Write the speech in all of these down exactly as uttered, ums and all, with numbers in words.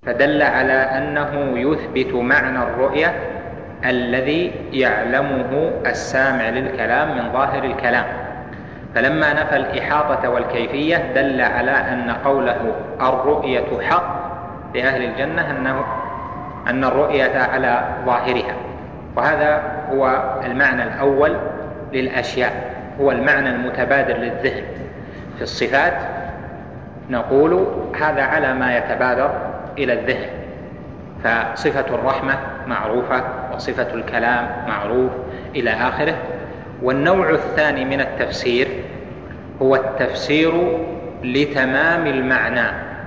فدل على أنه يثبت معنى الرؤية الذي يعلمه السامع للكلام من ظاهر الكلام. فلما نفى الإحاطة والكيفية دل على أن قوله الرؤية حق لأهل الجنة أنه أن الرؤية على ظاهرها. وهذا هو المعنى الأول للأشياء، هو المعنى المتبادر للذهن. في الصفات نقول هذا على ما يتبادر إلى الذهن، فصفة الرحمة معروفة وصفة الكلام معروف إلى آخره. والنوع الثاني من التفسير هو التفسير لتمام المعنى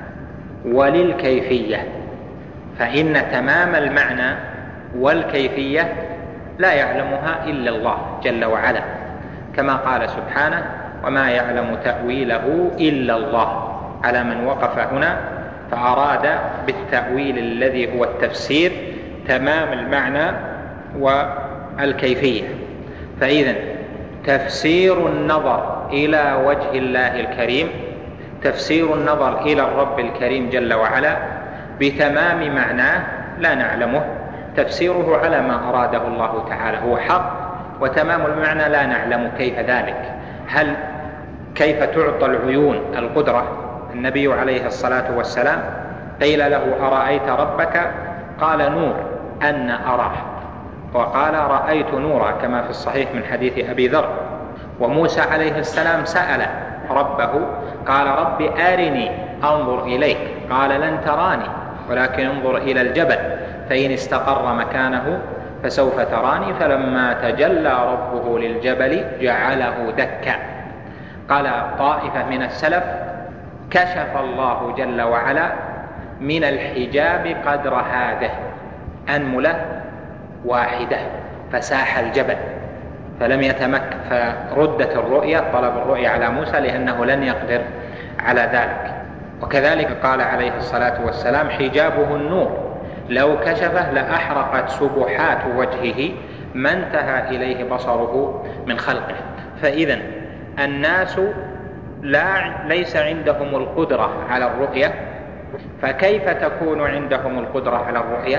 وللكيفية، فإن تمام المعنى والكيفية لا يعلمها إلا الله جل وعلا، كما قال سبحانه وما يعلم تأويله إلا الله، على من وقف هنا فأراد بالتأويل الذي هو التفسير تمام المعنى والكيفية. فإذن تفسير النظر إلى وجه الله الكريم، تفسير النظر إلى الرب الكريم جل وعلا بتمام معناه لا نعلمه، تفسيره على ما أراده الله تعالى هو حق، وتمام المعنى لا نعلم كيف ذلك. هل كيف تعطى العيون القدرة؟ النبي عليه الصلاة والسلام قيل له أرأيت ربك؟ قال نور أن أراه، وقال رأيت نورا كما في الصحيح من حديث أبي ذر. وموسى عليه السلام سأل ربه قال رب أرني أنظر إليك، قال لن تراني ولكن انظر إلى الجبل فإن استقر مكانه فسوف تراني، فلما تجلى ربه للجبل جعله دكا. قال طائفة من السلف كشف الله جل وعلا من الحجاب قدر هذه أنملة واحدة فساح الجبل فلم يتمكن، فردت الرؤية، طلب الرؤية على موسى لأنه لن يقدر على ذلك. وكذلك قال عليه الصلاة والسلام حجابه النور لو كشفه لأحرقت سبحات وجهه ما انتهى إليه بصره من خلقه. فإذن الناس لا ليس عندهم القدرة على الرؤية، فكيف تكون عندهم القدرة على الرؤية؟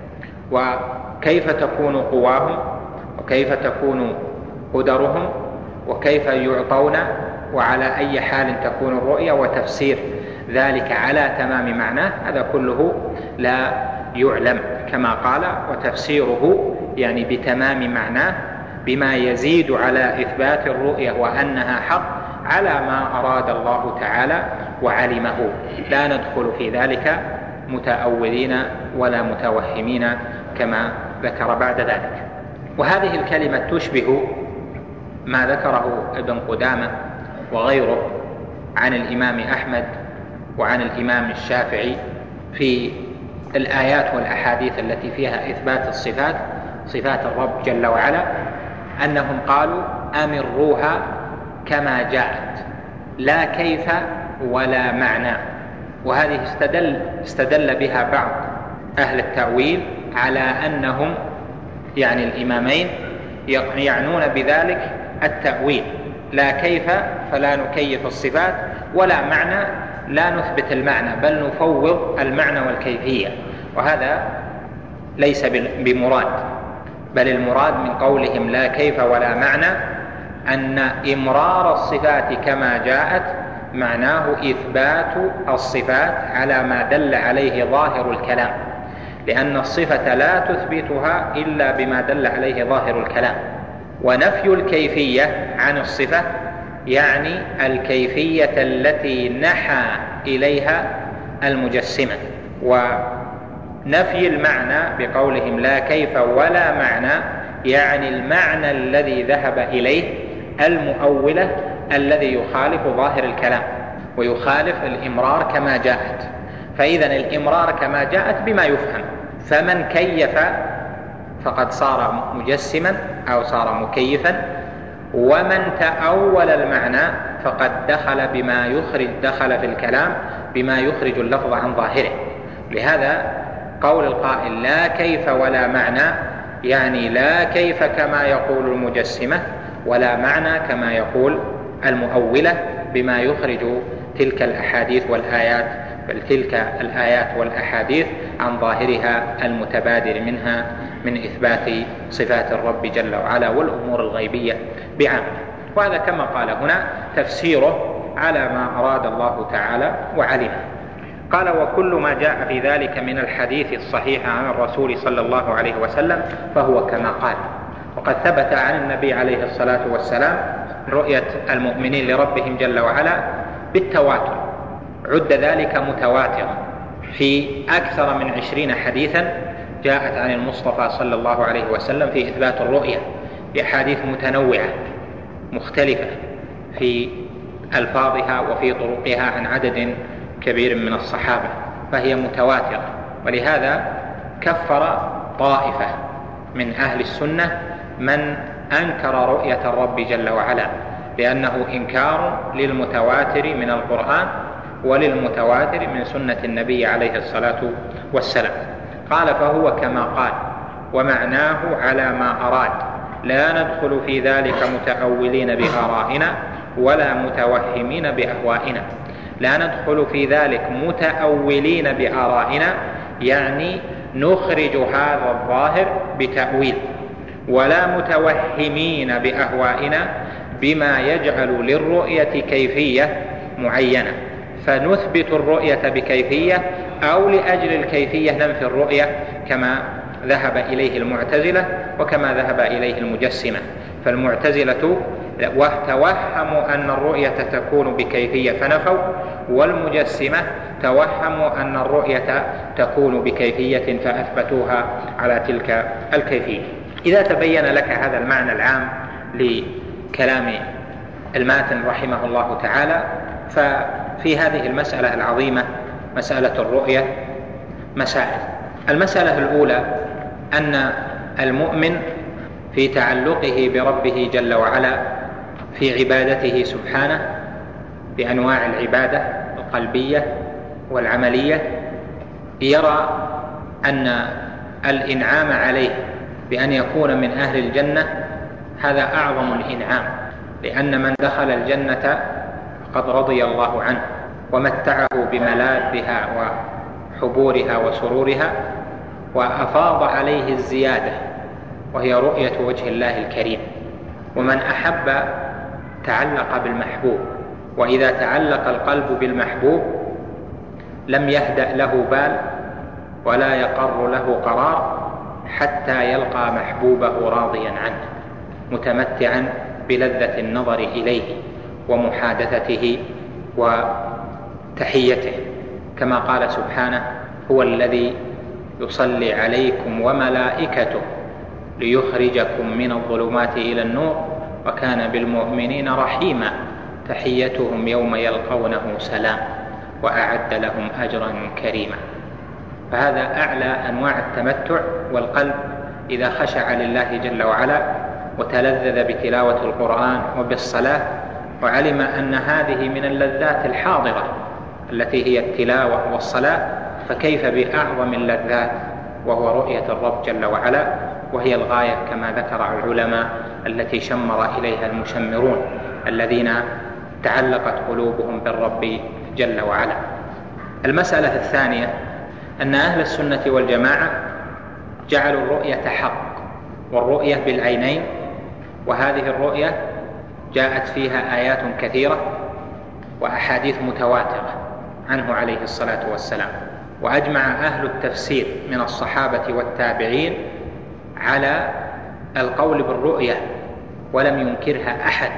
وكيف تكون قواهم؟ وكيف تكون قدرهم؟ وكيف يعطون؟ وعلى أي حال تكون الرؤية؟ وتفسير ذلك على تمام معناه هذا كله لا يعلم، كما قال وتفسيره يعني بتمام معناه بما يزيد على إثبات الرؤية وأنها حق على ما أراد الله تعالى وعلمه. لا ندخل في ذلك متأولين ولا متوهمين كما ذكر بعد ذلك. وهذه الكلمة تشبه ما ذكره ابن قدامة وغيره عن الإمام أحمد وعن الإمام الشافعي في الآيات والأحاديث التي فيها إثبات الصفات، صفات الرب جل وعلا، أنهم قالوا أمروها كما جاءت لا كيف ولا معنى. وهذه استدل, استدل بها بعض أهل التأويل على أنهم يعني الإمامين يعنون بذلك التأويل، لا كيف فلا نكيف الصفات، ولا معنى لا نثبت المعنى بل نفوض المعنى والكيفية، وهذا ليس بمراد، بل المراد من قولهم لا كيف ولا معنى أن إمرار الصفات كما جاءت معناه إثبات الصفات على ما دل عليه ظاهر الكلام، لأن الصفة لا تثبتها إلا بما دل عليه ظاهر الكلام. ونفي الكيفية عن الصفة يعني الكيفية التي نحى إليها المجسمة. ونفي المعنى بقولهم لا كيف ولا معنى يعني المعنى الذي ذهب إليه المؤولة الذي يخالف ظاهر الكلام ويخالف الإمرار كما جاءت. فإذا الإمرار كما جاءت بما يفهم، فمن كيف فقد صار مجسما أو صار مكيفا، ومن تأول المعنى فقد دخل بما يخرج دخل في الكلام بما يخرج اللفظ عن ظاهره. لهذا قول القائل لا كيف ولا معنى يعني لا كيف كما يقول المجسمة ولا معنى كما يقول المؤولة بما يخرج تلك الأحاديث والآيات بل تلك الآيات والأحاديث عن ظاهرها المتبادر منها من إثبات صفات الرب جل وعلا والأمور الغيبية بعامة. وهذا كما قال هنا تفسيره على ما أراد الله تعالى وعلمه. قال: وكل ما جاء في ذلك من الحديث الصحيح عن الرسول صلى الله عليه وسلم فهو كما قال. وقد ثبت عن النبي عليه الصلاة والسلام رؤية المؤمنين لربهم جل وعلا بالتواتر، عد ذلك متواترا في أكثر من عشرين حديثا جاءت عن المصطفى صلى الله عليه وسلم في إثبات الرؤية بأحاديث متنوعة مختلفة في ألفاظها وفي طرقها عن عدد كبير من الصحابة، فهي متواترة. ولهذا كفر طائفة من أهل السنة من أنكر رؤية الرب جل وعلا، لأنه إنكار للمتواتر من القرآن وللمتواتر من سنة النبي عليه الصلاة والسلام. قال: فهو كما قال ومعناه على ما أراد، لا ندخل في ذلك متأولين بآرائنا ولا متوهمين بأهوائنا. لا ندخل في ذلك متأولين بآرائنا يعني نخرج هذا الظاهر بتأويل، ولا متوهمين بأهوائنا بما يجعل للرؤية كيفية معينة فنثبت الرؤية بكيفية، أو لأجل الكيفية ننفي الرؤية كما ذهب إليه المعتزلة وكما ذهب إليه المجسمة. فالمعتزلة توهموا أن الرؤية تكون بكيفية فنفوا، والمجسمة توهموا أن الرؤية تكون بكيفية فأثبتوها على تلك الكيفية. إذا تبين لك هذا المعنى العام لكلام الماتن رحمه الله تعالى، ففي هذه المسألة العظيمة مسألة الرؤية مسائل. المسألة الأولى أن المؤمن في تعلقه بربه جل وعلا في عبادته سبحانه بأنواع العبادة القلبية والعملية يرى أن الإنعام عليه بأن يكون من أهل الجنة هذا أعظم الإنعام، لأن من دخل الجنة قد رضي الله عنه ومتعه بملاذها وحبورها وسرورها، وأفاض عليه الزيادة وهي رؤية وجه الله الكريم. ومن أحب تعلق بالمحبوب، وإذا تعلق القلب بالمحبوب لم يهدأ له بال ولا يقر له قرار حتى يلقى محبوبه راضيا عنه متمتعا بلذة النظر إليه ومحادثته وتحيته، كما قال سبحانه: هو الذي يصلي عليكم وملائكته ليخرجكم من الظلمات إلى النور وكان بالمؤمنين رحيما تحيتهم يوم يلقونه سلام وأعد لهم أجرا كريما. فهذا أعلى أنواع التمتع، والقلب إذا خشع لله جل وعلا وتلذذ بتلاوة القرآن وبالصلاة وعلم أن هذه من اللذات الحاضرة التي هي التلاوة والصلاة، فكيف بأعظم اللذات وهو رؤية الرب جل وعلا، وهي الغاية كما ذكر العلماء التي شمر إليها المشمرون الذين تعلقت قلوبهم بالرب جل وعلا. المسألة الثانية أن أهل السنة والجماعة جعلوا الرؤية حق، والرؤية بالعينين، وهذه الرؤية جاءت فيها آيات كثيرة وأحاديث متواترة عنه عليه الصلاة والسلام. وأجمع أهل التفسير من الصحابة والتابعين على القول بالرؤية، ولم ينكرها أحد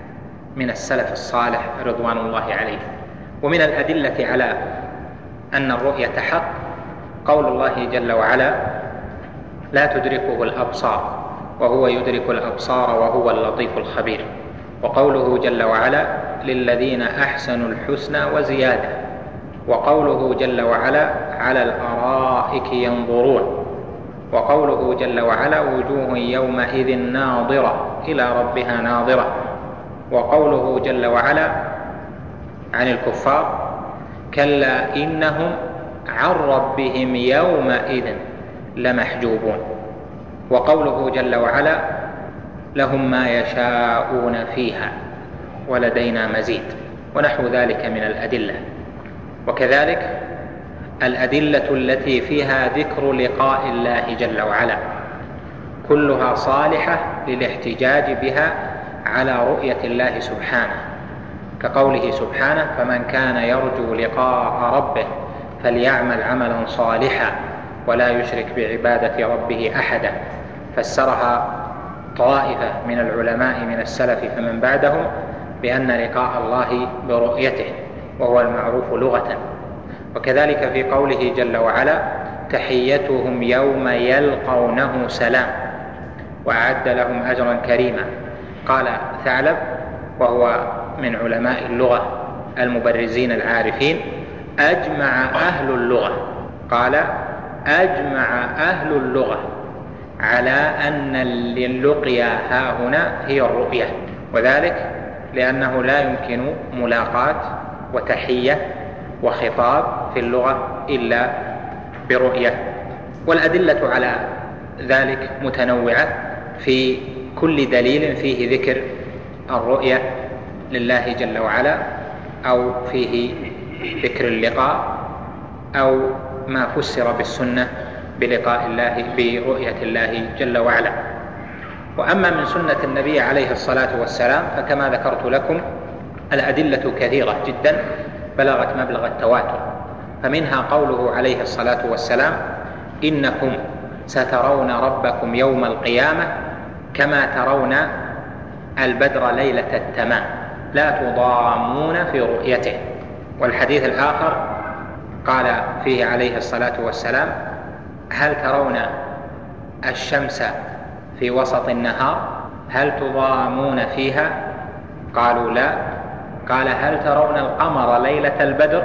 من السلف الصالح رضوان الله عليه. ومن الأدلة على أن الرؤية حق قول الله جل وعلا: لا تدركه الأبصار وهو يدرك الأبصار وهو اللطيف الخبير. وقوله جل وعلا: للذين أحسنوا الحسنى وزيادة. وقوله جل وعلا: على الأرائك ينظرون. وقوله جل وعلا: وجوه يومئذ ناظرة إلى ربها ناظرة. وقوله جل وعلا عن الكفار: كلا إنهم عن ربهم يومئذ لمحجوبون. وقوله جل وعلا: لهم ما يشاءون فيها ولدينا مزيد، ونحو ذلك من الأدلة. وكذلك الأدلة التي فيها ذكر لقاء الله جل وعلا كلها صالحة للاحتجاج بها على رؤية الله سبحانه، كقوله سبحانه: فمن كان يرجو لقاء ربه فليعمل عملا صالحا ولا يشرك بعبادة ربه أحدا. فسرها طائفة من العلماء من السلف فمن بعدهم بأن لقاء الله برؤيته، وهو المعروف لغة. وكذلك في قوله جل وعلا: تحيتهم يوم يلقونه سلام وأعد لهم أجرا كريما. قال ثعلب وهو من علماء اللغة المبرزين العارفين: أجمع أهل اللغة قال أجمع أهل اللغة على أن اللقيا ها هنا هي الرؤية، وذلك لأنه لا يمكن ملاقاة وتحية وخطاب في اللغة إلا برؤية. والأدلة على ذلك متنوعة في كل دليل فيه ذكر الرؤية لله جل وعلا، أو فيه ذكر اللقاء، أو ما فسر بالسنة بلقاء الله برؤية الله جل وعلا. وأما من سنة النبي عليه الصلاة والسلام فكما ذكرت لكم الأدلة كثيرة جدا بلغت مبلغ التواتر، فمنها قوله عليه الصلاة والسلام: إنكم سترون ربكم يوم القيامة كما ترون البدر ليلة التمام لا تضامون في رؤيته. والحديث الآخر قال فيه عليه الصلاة والسلام: هل ترون الشمس في وسط النهار هل تضامون فيها؟ قالوا لا. قال: هل ترون القمر ليلة البدر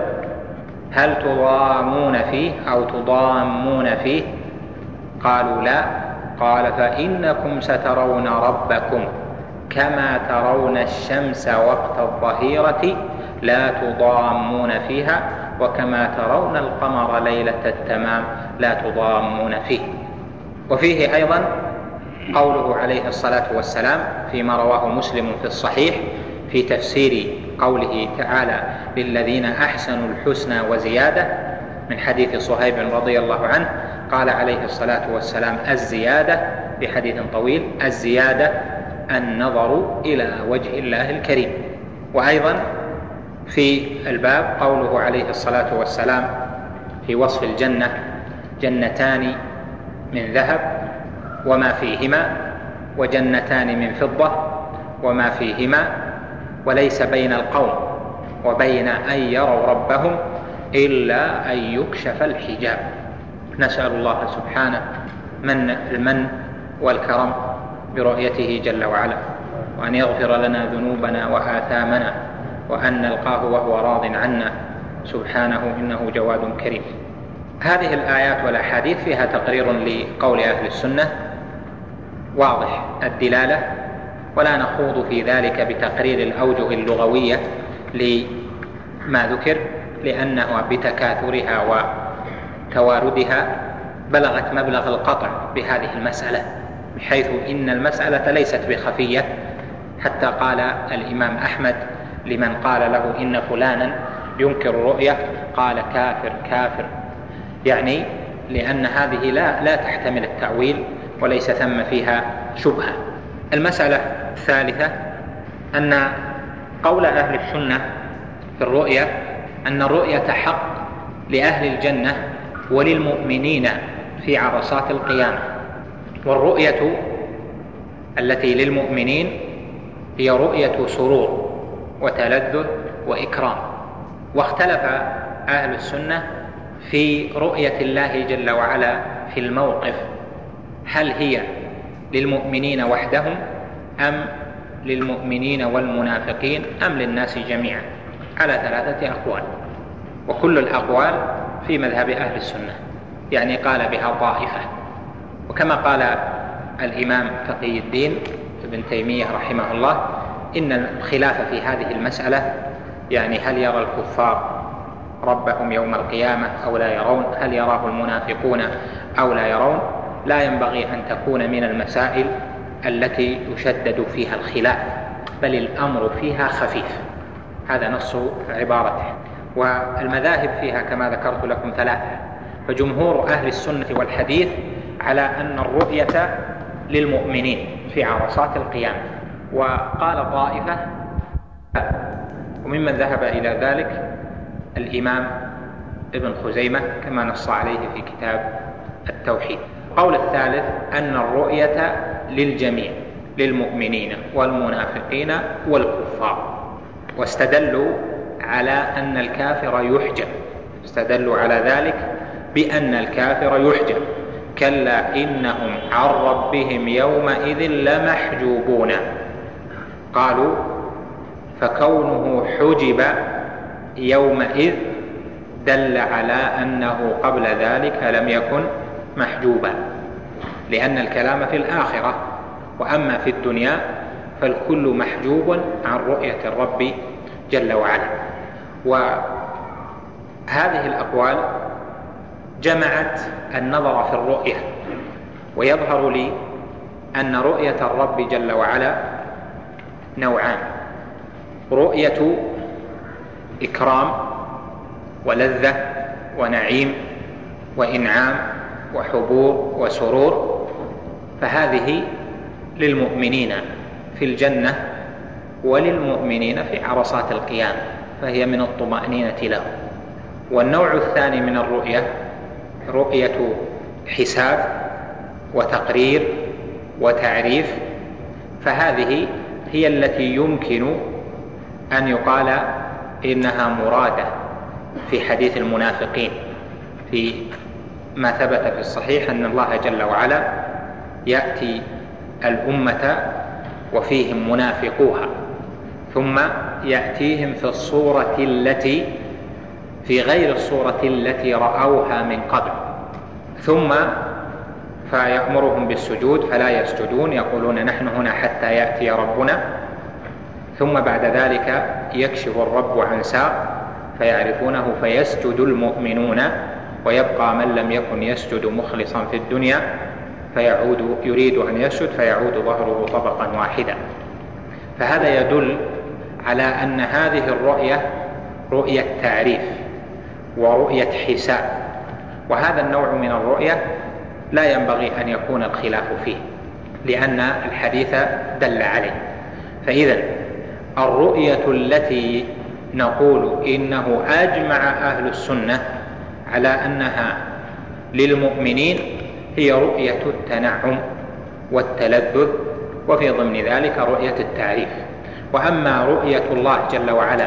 هل تضامون فيه أو تضامون فيه؟ قالوا لا. قال: فإنكم سترون ربكم كما ترون الشمس وقت الظهيرة لا تضامون فيها وكما ترون القمر ليلة التمام لا تضامون فيه. وفيه أيضا قوله عليه الصلاة والسلام فيما رواه مسلم في الصحيح في تفسير قوله تعالى: للذين أحسنوا الحسنى وزيادة، من حديث صهيب رضي الله عنه قال عليه الصلاة والسلام: الزيادة، في حديث طويل: الزيادة النظر إلى وجه الله الكريم. وأيضا في الباب قوله عليه الصلاة والسلام في وصف الجنة: جنتان من ذهب وما فيهما، وجنتان من فضة وما فيهما، وليس بين القوم وبين أن يروا ربهم إلا أن يكشف الحجاب. نسأل الله سبحانه من المن والكرم برؤيته جل وعلا، وأن يغفر لنا ذنوبنا وآثامنا، وأن نلقاه وهو راض عنا سبحانه إنه جواد كريم. هذه الآيات والأحاديث فيها تقرير لقول أهل السنة واضح الدلالة، ولا نخوض في ذلك بتقرير الأوجه اللغوية لما ذكر، لأنها بتكاثرها وتواردها بلغت مبلغ القطع بهذه المسألة، بحيث إن المسألة ليست بخفية، حتى قال الإمام أحمد لمن قال له إن فلانا ينكر الرؤية قال: كافر كافر، يعني لأن هذه لا, لا تحتمل التأويل وليس ثم فيها شبهة. المسألة الثالثة أن قول أهل السنة في الرؤية أن الرؤية حق لأهل الجنة وللمؤمنين في عرصات القيامة، والرؤية التي للمؤمنين هي رؤية سرور وتلذذ وإكرام. واختلف أهل السنة في رؤية الله جل وعلا في الموقف، هل هي للمؤمنين وحدهم أم للمؤمنين والمنافقين أم للناس جميعا، على ثلاثة أقوال، وكل الأقوال في مذهب أهل السنة، يعني قال بها طائفة. وكما قال الإمام تقي الدين ابن تيمية رحمه الله إن الخلاف في هذه المسألة، يعني هل يرى الكفار ربهم يوم القيامة أو لا يرون، هل يراه المنافقون أو لا يرون، لا ينبغي أن تكون من المسائل التي يشدد فيها الخلاف، بل الأمر فيها خفيف، هذا نص عبارته. والمذاهب فيها كما ذكرت لكم ثلاثة، فجمهور أهل السنة والحديث على أن الرؤية للمؤمنين في عرصات القيامة، وقال طائفة، وممن ذهب إلى ذلك الإمام ابن خزيمة كما نص عليه في كتاب التوحيد. القول الثالث أن الرؤية للجميع، للمؤمنين والمنافقين والكفار، واستدلوا على أن الكافر يحجب، استدلوا على ذلك بأن الكافر يحجب، كلا إنهم عن ربهم يومئذ لمحجوبون. قالوا فكونه حجب يومئذ دل على أنه قبل ذلك لم يكن محجوبا، لأن الكلام في الآخرة، وأما في الدنيا فالكل محجوب عن رؤية الرب جل وعلا. وهذه الأقوال جمعت النظر في الرؤية، ويظهر لي أن رؤية الرب جل وعلا نوعان: رؤية إكرام ولذة ونعيم وإنعام وحبور وسرور، فهذه للمؤمنين في الجنة وللمؤمنين في عرصات القيامة، فهي من الطمأنينة لهم. والنوع الثاني من الرؤية رؤية حساب وتقرير وتعريف، فهذه هي التي يمكن أن يقال إنها مرادة في حديث المنافقين، في ما ثبت في الصحيح أن الله جل وعلا يأتي الأمة وفيهم منافقوها، ثم يأتيهم في الصورة التي في غير الصورة التي رأوها من قبل، ثم فيأمرهم بالسجود فلا يسجدون، يقولون نحن هنا حتى يأتي ربنا، ثم بعد ذلك يكشف الرب عن ساق فيعرفونه فيسجد المؤمنون، ويبقى من لم يكن يسجد مخلصا في الدنيا فيعود يريد أن يسجد فيعود ظهره طبقا واحدا. فهذا يدل على أن هذه الرؤية رؤية تعريف ورؤية حساب، وهذا النوع من الرؤية لا ينبغي أن يكون الخلاف فيه، لأن الحديث دل عليه. فإذا الرؤية التي نقول إنه أجمع أهل السنة على أنها للمؤمنين هي رؤية التنعم والتلذذ، وفي ضمن ذلك رؤية التعريف. وأما رؤية الله جل وعلا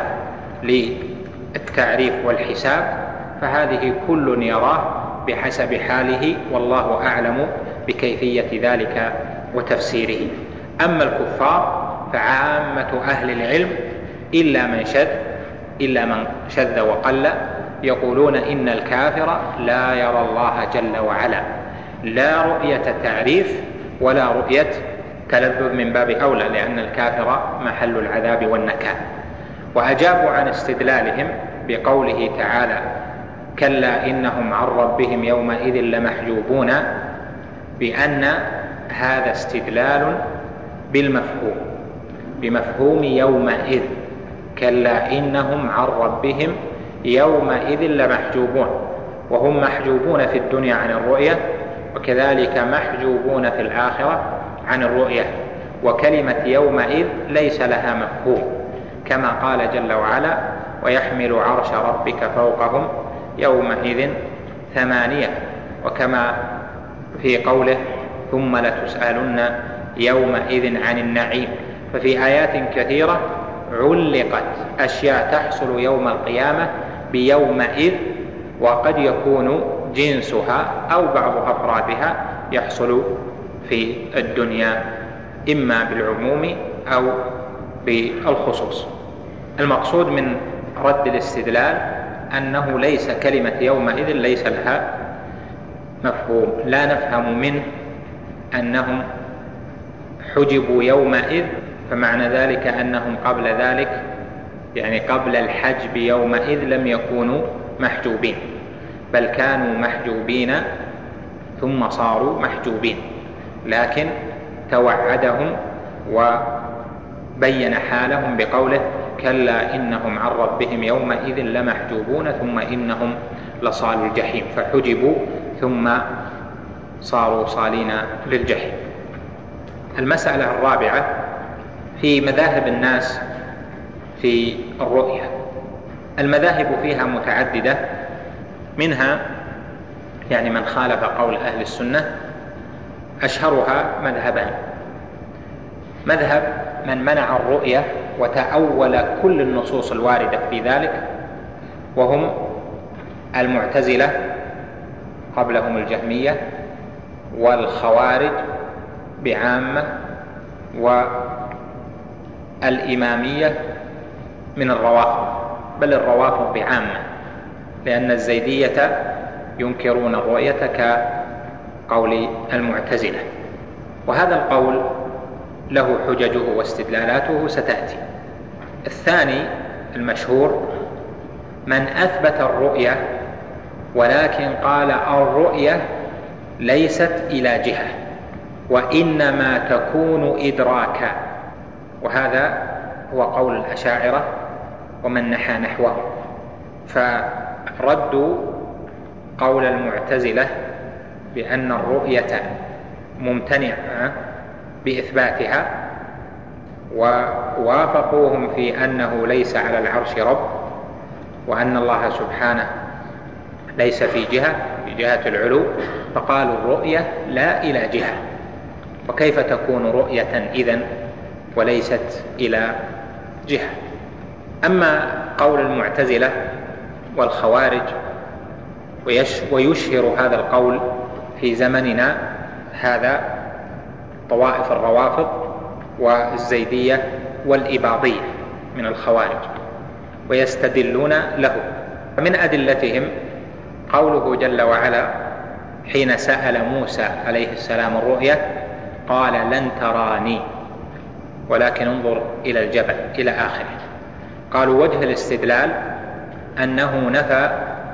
للتعريف والحساب فهذه كل يراه بحسب حاله، والله أعلم بكيفية ذلك وتفسيره. أما الكفار فعامة أهل العلم إلا من شذ إلا من شذ وقل يقولون إن الكافر لا يرى الله جل وعلا، لا رؤية تعريف ولا رؤية تلذذ من باب أولى، لأن الكافر محل العذاب والنكال. وأجابوا عن استدلالهم بقوله تعالى كلا إنهم عن ربهم يومئذ لمحجوبون، بأن هذا استدلال بالمفهوم، بمفهوم يومئذ، كلا إنهم عن ربهم يومئذ لمحجوبون، وهم محجوبون في الدنيا عن الرؤية، وكذلك محجوبون في الآخرة عن الرؤية. وكلمة يومئذ ليس لها مفهوم، كما قال جل وعلا ويحمل عرش ربك فوقهم يومئذ ثمانية، وكما في قوله ثم لتسألن يومئذ عن النعيم. ففي آيات كثيرة علقت أشياء تحصل يوم القيامة بيومئذ، وقد يكون جنسها أو بعض أفرادها يحصل في الدنيا إما بالعموم أو بالخصوص. المقصود من رد الاستدلال أنه ليس كلمة يومئذ ليس لها مفهوم، لا نفهم منه أنهم حجبوا يومئذ فمعنى ذلك أنهم قبل ذلك يعني قبل الحجب يومئذ لم يكونوا محجوبين، بل كانوا محجوبين ثم صاروا محجوبين، لكن توعدهم وبين حالهم بقوله كلا إنهم عن ربهم يومئذ لمحجوبون ثم إنهم لصالوا الجحيم، فحجبوا ثم صاروا صالين للجحيم. المسألة الرابعة في مذاهب الناس في الرؤية. المذاهب فيها متعددة، منها يعني من خالف قول أهل السنة، أشهرها مذهبان: مذهب من منع الرؤية وتأول كل النصوص الواردة في ذلك، وهم المعتزلة قبلهم الجهمية والخوارج بعامة والإمامية من الروافض، بل الروافض بعامة، لأن الزيدية ينكرون الرؤية كقول المعتزلة. وهذا القول له حججه واستدلالاته ستأتي. الثاني المشهور من أثبت الرؤية ولكن قال الرؤية ليست إلى جهة وإنما تكون إدراكا، وهذا هو قول الأشاعرة ومن نحى نحوه، فردوا قول المعتزلة بأن الرؤية ممتنعة بإثباتها، ووافقوهم في أنه ليس على العرش رب، وأن الله سبحانه ليس في جهة في جهة العلو، فقالوا الرؤية لا إلى جهة، وكيف تكون رؤية إذن وليست إلى جهة؟ أما قول المعتزلة والخوارج، ويشهر هذا القول في زمننا هذا طوائف الروافض والزيدية والإباضية من الخوارج، ويستدلون له. من أدلتهم قوله جل وعلا حين سأل موسى عليه السلام الرؤية قال لن تراني ولكن انظر إلى الجبل إلى آخره. قالوا وجه الاستدلال أنه نفى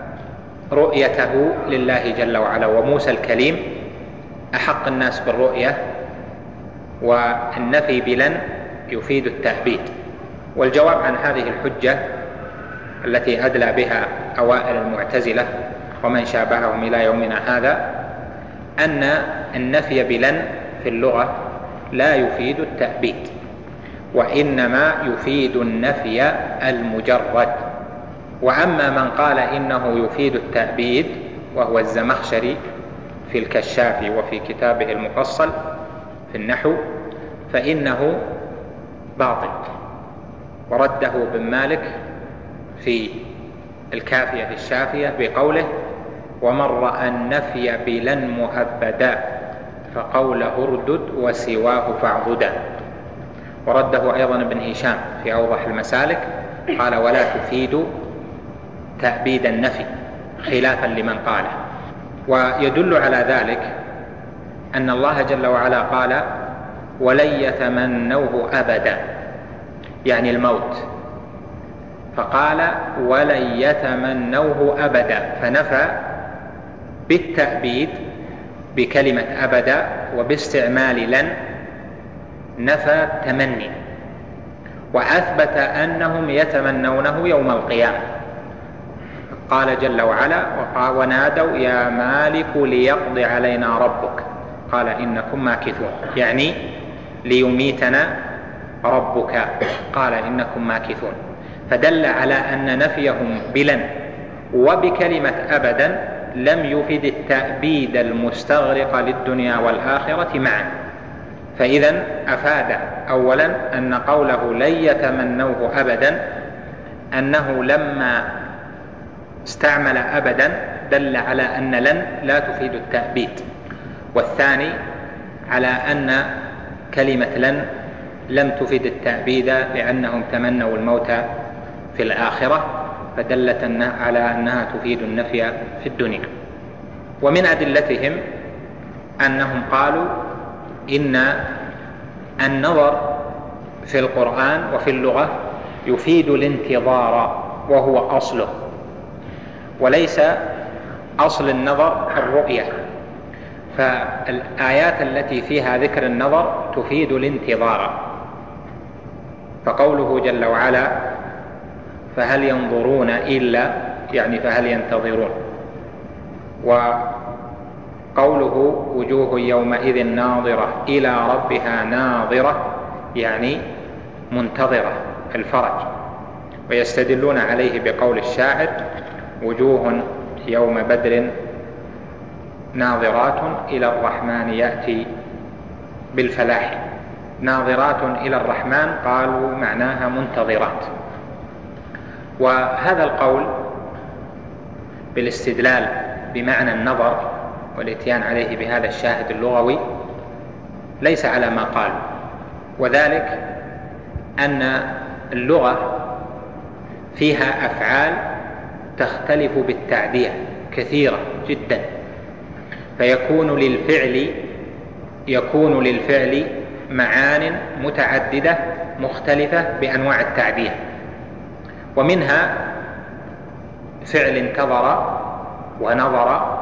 رؤيته لله جل وعلا، وموسى الكليم أحق الناس بالرؤية، والنفي بلن يفيد التأبيد. والجواب عن هذه الحجة التي أدلى بها أوائل المعتزلة ومن شابههم إلى يومنا هذا أن النفي بلن في اللغة لا يفيد التأبيد، وإنما يفيد النفي المجرد. وأما من قال إنه يفيد التأبيد وهو الزمخشري في الكشاف وفي كتابه المفصل في النحو فإنه باطل، ورده بن مالك في الكافية في الشافية بقوله ومن رأى النفي بلن مؤبدا فقوله اردد وسواه فاعبدا. ورده أيضا ابن هشام في أوضح المسالك قال ولا تفيد تأبيد النفي خلافا لمن قاله. ويدل على ذلك أن الله جل وعلا قال ولن يتمنوه أبدا، يعني الموت، فقال ولن يتمنوه أبدا، فنفى بالتأبيد بكلمة أبدا وباستعمال لن نفى تمني، وأثبت أنهم يتمنونه يوم القيامة. قال جل وعلا ونادوا يا مالك ليقض علينا ربك قال إنكم ماكثون، يعني ليميتنا ربك قال إنكم ماكثون، فدل على أن نفيهم بلن وبكلمة أبدا لم يفد التأبيد المستغرق للدنيا والآخرة معا. فإذا أفاد أولا أن قوله لن يتمنوه أبدا أنه لما استعمل أبدا دل على أن لن لا تفيد التأبيد، والثاني على أن كلمة لن لم تفد التأبيد لأنهم تمنوا الموت في الآخرة، فدلت على أنها تفيد النفي في الدنيا. ومن أدلتهم أنهم قالوا إن النظر في القرآن وفي اللغة يفيد الانتظار وهو أصله، وليس أصل النظر الرؤية، فالآيات التي فيها ذكر النظر تفيد الانتظار. فقوله جل وعلا فهل ينظرون إلا يعني فهل ينتظرون. وقوله وجوه يومئذ ناظرة إلى ربها ناظرة يعني منتظرة الفرج. ويستدلون عليه بقول الشاعر وجوه يوم بدر ناظرات إلى الرحمن يأتي بالفلاح. ناظرات إلى الرحمن قالوا معناها منتظرات. وهذا القول بالاستدلال بمعنى النظر والاتيان عليه بهذا الشاهد اللغوي ليس على ما قال، وذلك أن اللغة فيها أفعال تختلف بالتعدية كثيرة جدا، فيكون للفعل يكون للفعل معان متعددة مختلفة بأنواع التعدية، ومنها فعل انتظر ونظر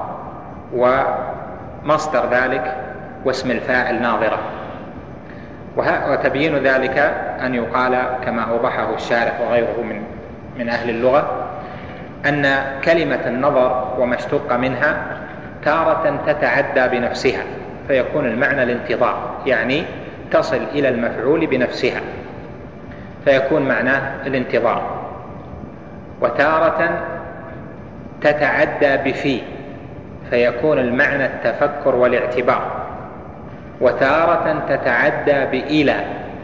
ومصدر ذلك واسم الفاعل ناظرة. وتبيين ذلك أن يقال كما أوضحه الشارح وغيره من من أهل اللغة أن كلمة النظر وما اشتق منها تارة تتعدى بنفسها فيكون المعنى الانتظار، يعني تصل إلى المفعول بنفسها فيكون معناه الانتظار، وتارة تتعدى بفي فيكون المعنى التفكر والاعتبار، وتارة تتعدى بإلى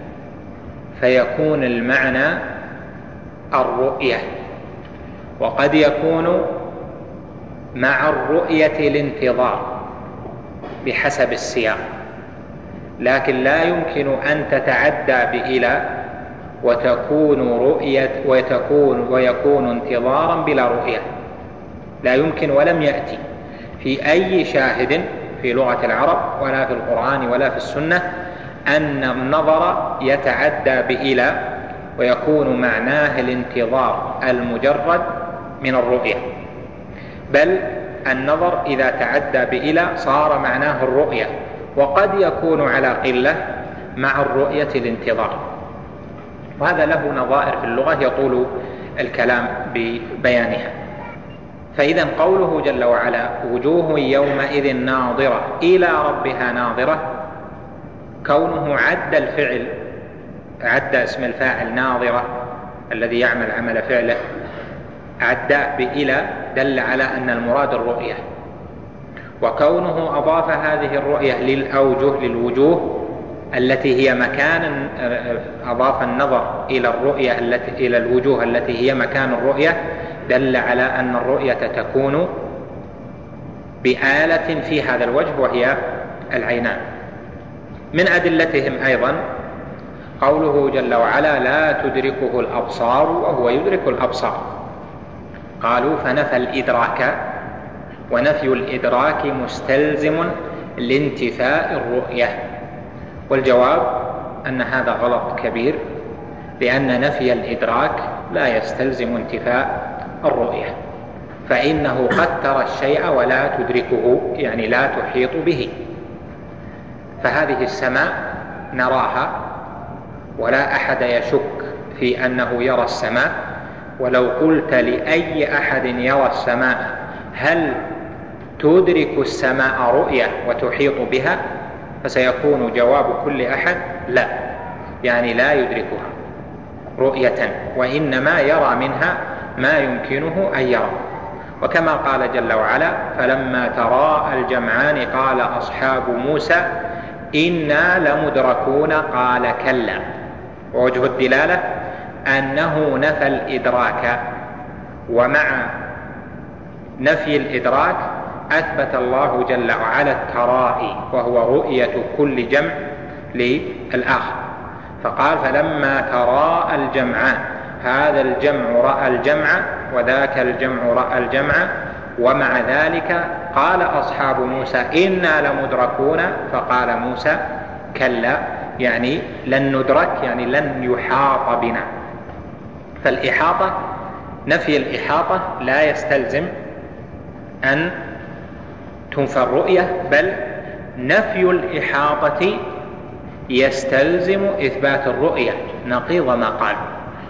فيكون المعنى الرؤية، وقد يكون مع الرؤية الانتظار بحسب السياق، لكن لا يمكن أن تتعدى بإلى وتكون رؤية وتكون ويكون انتظارا بلا رؤية، لا يمكن ولم يأتي في أي شاهد في لغة العرب ولا في القرآن ولا في السنة أن النظر يتعدى بإلى ويكون معناه الانتظار المجرد من الرؤية، بل النظر إذا تعدى بإلى صار معناه الرؤية، وقد يكون على قلة مع الرؤية الانتظار، وهذا له نظائر في اللغة يطول الكلام ببيانها. فإذا قوله جل وعلا وجوه يومئذ ناظرة إلى ربها ناظرة، كونه عد الفعل عد اسم الفاعل ناظرة الذي يعمل عمل فعله عد بإلى دل على أن المراد الرؤية، وكونه أضاف هذه الرؤية للأوجه للوجوه التي هي مكان أضاف النظر إلى الرؤية التي إلى الوجوه التي هي مكان الرؤية دل على أن الرؤية تكون بآلة في هذا الوجه وهي العينان. من أدلتهم أيضا قوله جل وعلا لا تدركه الأبصار وهو يدرك الأبصار، قالوا فنفى الإدراك، ونفي الإدراك مستلزم لانتفاء الرؤية، والجواب أن هذا غلط كبير، لأن نفي الإدراك لا يستلزم انتفاء الرؤية، فإنه قد ترى الشيء ولا تدركه يعني لا تحيط به. فهذه السماء نراها ولا أحد يشك في أنه يرى السماء، ولو قلت لأي أحد يرى السماء هل تدرك السماء رؤية وتحيط بها فسيكون جواب كل أحد لا، يعني لا يدركها رؤية، وإنما يرى منها ما يمكنه أن يرى. وكما قال جل وعلا فلما تراءى الجمعان قال أصحاب موسى إنا لمدركون قال كلا. ووجه الدلالة أنه نفى الإدراك، ومع نفي الإدراك أثبت الله جل وعلا الترائي وهو رؤية كل جمع للآخر، فقال فلما تراءى الجمعان، هذا الجمع رأى الجمع وذاك الجمع رأى الجمع، ومع ذلك قال أصحاب موسى إنا لمدركون فقال موسى كلا، يعني لن ندرك يعني لن يحاط بنا. فالإحاطة نفي الإحاطة لا يستلزم أن تنفى الرؤية، بل نفي الإحاطة يستلزم إثبات الرؤية نقيض ما قال.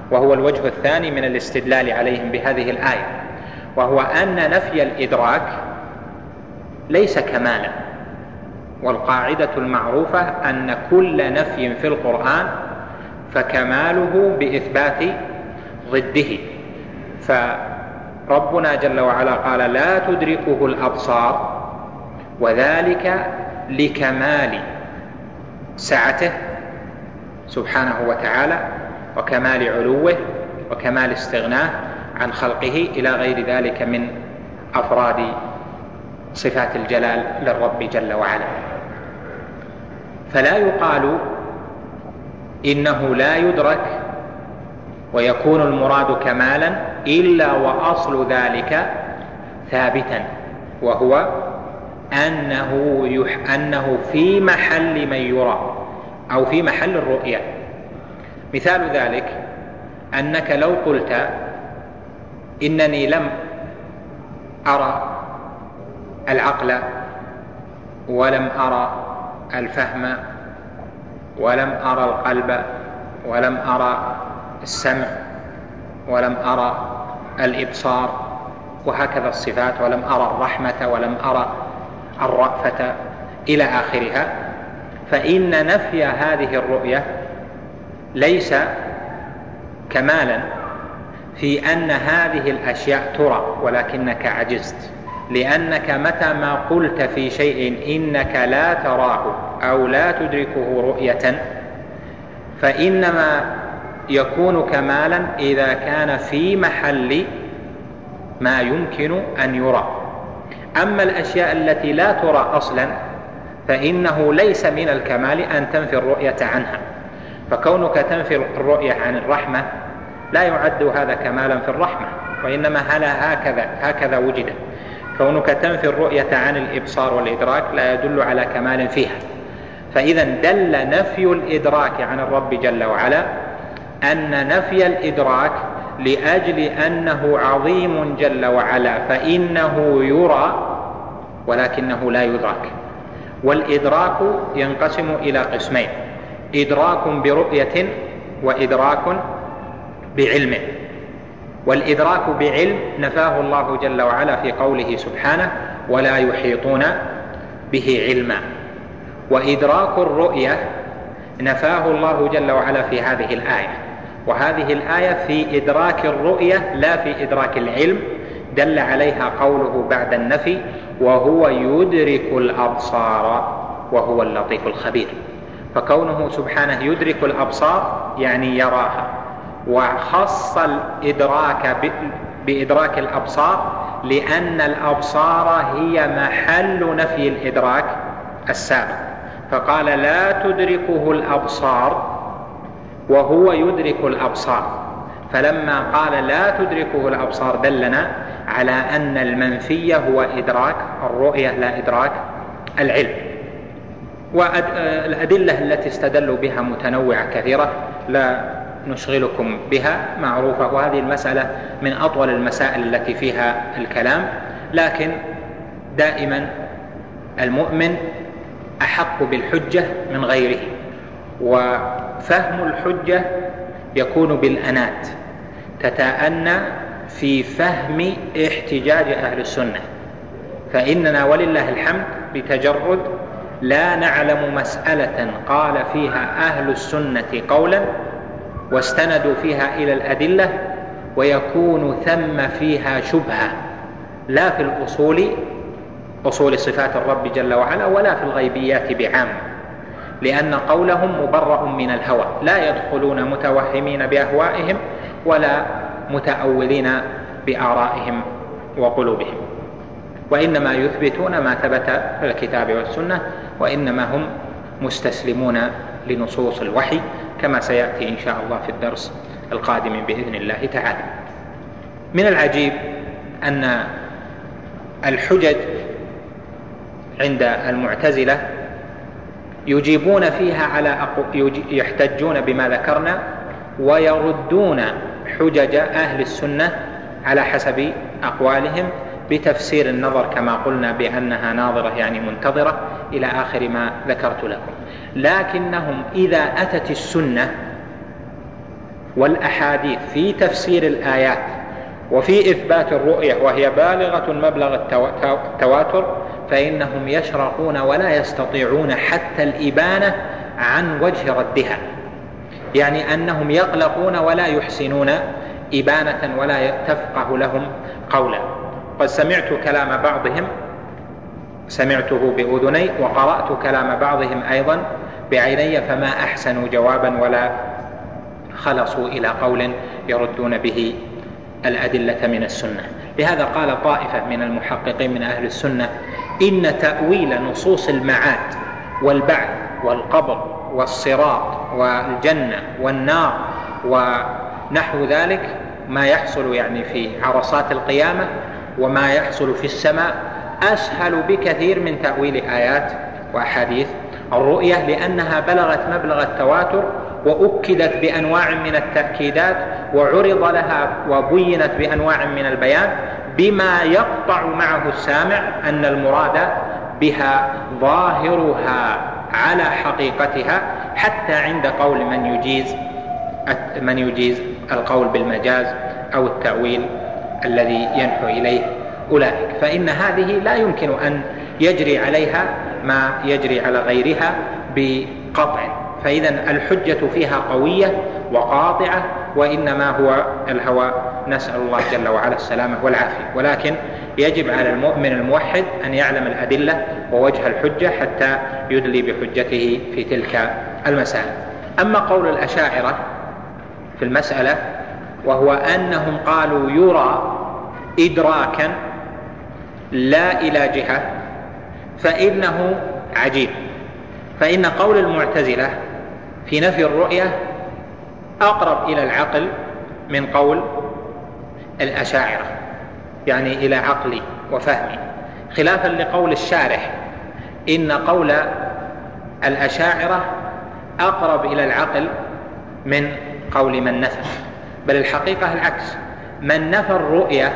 وهو الوجه الثاني من الاستدلال عليهم بهذه الآية، وهو أن نفي الإدراك ليس كمالا، والقاعدة المعروفة أن كل نفي في القرآن فكماله بإثبات ضده. فربنا جل وعلا قال لا تدركه الأبصار، وذلك لكمال سعته سبحانه وتعالى وكمال علوه وكمال استغناه عن خلقه إلى غير ذلك من أفراد صفات الجلال للرب جل وعلا. فلا يقال إنه لا يدرك ويكون المراد كمالا إلا وأصل ذلك ثابتا، وهو أنه, يح أنه في محل من يرى أو في محل الرؤية. مثال ذلك أنك لو قلت إنني لم أرى العقل ولم أرى الفهم ولم أرى القلب ولم أرى السمع ولم أرى الإبصار وهكذا الصفات، ولم أرى الرحمة ولم أرى الرأفة إلى آخرها، فإن نفي هذه الرؤية ليس كمالا في أن هذه الأشياء ترى ولكنك عجزت، لأنك متى ما قلت في شيء إنك لا تراه أو لا تدركه رؤية فإنما يكون كمالا إذا كان في محل ما يمكن أن يرى. أما الأشياء التي لا ترى أصلا فإنه ليس من الكمال أن تنفي الرؤية عنها، فكونك تنفي الرؤية عن الرحمة لا يعد هذا كمالا في الرحمة، وإنما هلا هكذا هكذا وجد. كونك تنفي الرؤية عن الإبصار والإدراك لا يدل على كمال فيها. فإذا دل نفي الإدراك عن الرب جل وعلا أن نفي الإدراك لأجل أنه عظيم جل وعلا فإنه يرى ولكنه لا يدرك. والإدراك ينقسم إلى قسمين: إدراك برؤية وإدراك بعلم. والإدراك بعلم نفاه الله جل وعلا في قوله سبحانه ولا يحيطون به علما. وإدراك الرؤية نفاه الله جل وعلا في هذه الآية، وهذه الآية في إدراك الرؤية لا في إدراك العلم، دل عليها قوله بعد النفي وهو يدرك الأبصار وهو اللطيف الخبير. فكونه سبحانه يدرك الأبصار يعني يراها، وخص الإدراك بإدراك الأبصار لأن الأبصار هي محل نفي الإدراك السابق، فقال لا تدركه الأبصار وهو يدرك الأبصار. فلما قال لا تدركه الأبصار دلنا على أن المنفي هو إدراك الرؤية لا إدراك العلم. والأدلة التي استدلوا بها متنوعة كثيرة لا نشغلكم بها، معروفة، وهذه المسألة من أطول المسائل التي فيها الكلام، لكن دائما المؤمن أحق بالحجة من غيره، وفهم الحجة يكون بالأنات، تتأنى في فهم احتجاج أهل السنة. فإننا ولله الحمد بتجرد لا نعلم مسألة قال فيها أهل السنة قولا واستندوا فيها إلى الأدلة ويكون ثم فيها شبهة، لا في الأصول أصول صفات الرب جل وعلا ولا في الغيبيات بعام، لأن قولهم مبرأ من الهوى، لا يدخلون متوهمين بأهوائهم ولا متأولين بآرائهم وقلوبهم، وإنما يثبتون ما ثبت في الكتاب والسنة، وإنما هم مستسلمون لنصوص الوحي كما سيأتي إن شاء الله في الدرس القادم بإذن الله تعالى. من العجيب أن الحجج عند المعتزلة يجيبون فيها على أقو... يحتجون بما ذكرنا ويردون حجج أهل السنة على حسب أقوالهم بتفسير النظر كما قلنا بأنها ناظرة يعني منتظرة إلى آخر ما ذكرت لكم. لكنهم إذا أتت السنة والأحاديث في تفسير الآيات وفي إثبات الرؤية وهي بالغة مبلغ التواتر فإنهم يشرقون ولا يستطيعون حتى الإبانة عن وجه ردها، يعني أنهم يقلقون ولا يحسنون إبانة ولا تفقه لهم قولا. قد سمعت كلام بعضهم سمعته بأذني وقرأت كلام بعضهم أيضا بعيني فما أحسنوا جوابا ولا خلصوا إلى قول يردون به الأدلة من السنة. لهذا قال طائفة من المحققين من أهل السنة إن تأويل نصوص المعاد والبعث والقبر والصراط والجنة والنار ونحو ذلك ما يحصل يعني في عرصات القيامة وما يحصل في السماء أسهل بكثير من تأويل آيات وأحاديث الرؤية، لأنها بلغت مبلغ التواتر وأكدت بأنواع من التأكيدات وعرض لها وبينت بأنواع من البيان بما يقطع معه السامع أن المراد بها ظاهرها على حقيقتها، حتى عند قول من يجيز من يجيز القول بالمجاز أو التأويل الذي ينحو إليه أولئك، فإن هذه لا يمكن أن يجري عليها ما يجري على غيرها بقطع. فإذا الحجة فيها قوية وقاطعة، وإنما هو الهوى، نسأل الله جل وعلا السلامة والعافية. ولكن يجب على المؤمن الموحد أن يعلم الأدلة ووجه الحجة حتى يدلي بحجته في تلك المسائل. أما قول الأشاعرة في المسألة وهو أنهم قالوا يرى إدراكا لا إلى جهة فإنه عجيب، فإن قول المعتزلة في نفي الرؤية أقرب إلى العقل من قول الأشاعرة، يعني إلى عقلي وفهمي، خلافا لقول الشارح إن قول الأشاعرة أقرب إلى العقل من قول من نفى، بل الحقيقة العكس، من نفى الرؤية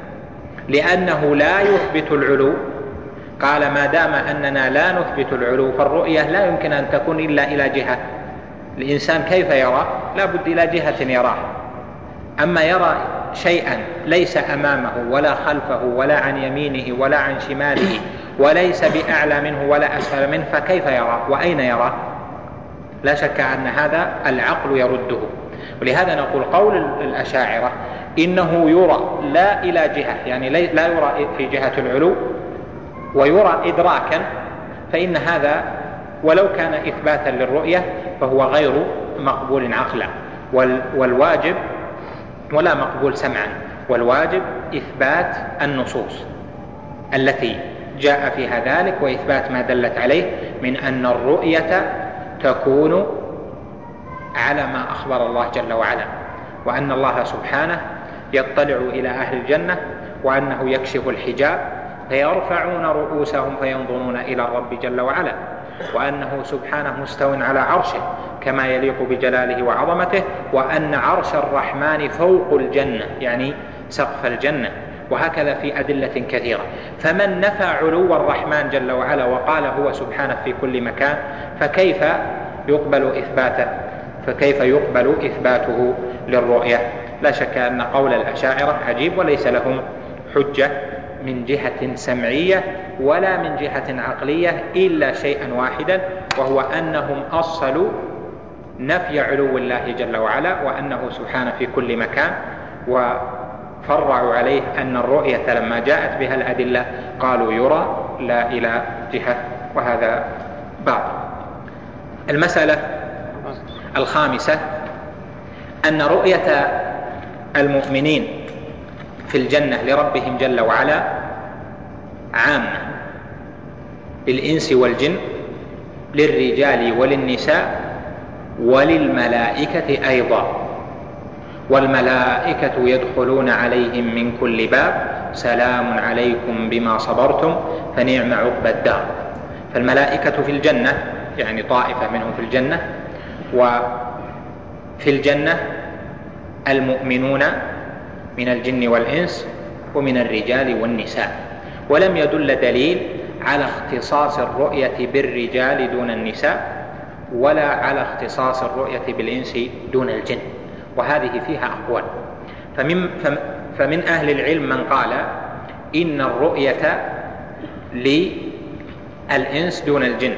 لأنه لا يثبت العلو قال ما دام أننا لا نثبت العلو فالرؤية لا يمكن أن تكون إلا إلى جهة. الإنسان كيف يرى؟ لا بد إلى جهة يراه، أما يرى شيئا ليس أمامه ولا خلفه ولا عن يمينه ولا عن شماله وليس بأعلى منه ولا أسفل منه فكيف يرى وأين يرى؟ لا شك أن هذا العقل يرده. ولهذا نقول قول الأشاعرة إنه يرى لا إلى جهة، يعني لا يرى في جهة العلو ويرى إدراكا، فإن هذا ولو كان إثباتا للرؤية فهو غير مقبول عقلا، والواجب ولا مقبول سمعا، والواجب إثبات النصوص التي جاء فيها ذلك وإثبات ما دلت عليه من أن الرؤية تكون على ما أخبر الله جل وعلا، وأن الله سبحانه يطلع إلى أهل الجنة وأنه يكشف الحجاب فيرفعون رؤوسهم فينظرون إلى الرب جل وعلا، وأنه سبحانه مستو على عرشه كما يليق بجلاله وعظمته، وأن عرش الرحمن فوق الجنة يعني سقف الجنة، وهكذا في أدلة كثيرة. فمن نفى علو الرحمن جل وعلا وقال هو سبحانه في كل مكان فكيف يقبل إثباته فكيف يقبل إثباته للرؤية؟ لا شك أن قول الأشاعرة عجيب وليس لهم حجة من جهة سمعية ولا من جهة عقلية إلا شيئا واحدا، وهو أنهم أصلوا نفي علو الله جل وعلا وأنه سبحانه في كل مكان، وفرعوا عليه أن الرؤية لما جاءت بها الأدلة قالوا يرى لا إلى جهة، وهذا بعض. المسألة الخامسة أن رؤية المؤمنين في الجنة لربهم جل وعلا عامة للإنس والجن، للرجال وللنساء وللملائكة أيضا، والملائكة يدخلون عليهم من كل باب سلام عليكم بما صبرتم فنعم عقبى الدار. فالملائكة في الجنة يعني طائفة منهم في الجنة، وفي الجنة المؤمنون من الجن والإنس ومن الرجال والنساء، ولم يدل دليل على اختصاص الرؤية بالرجال دون النساء ولا على اختصاص الرؤية بالإنس دون الجن، وهذه فيها أقوال. فمن, فمن أهل العلم من قال إن الرؤية للإنس دون الجن،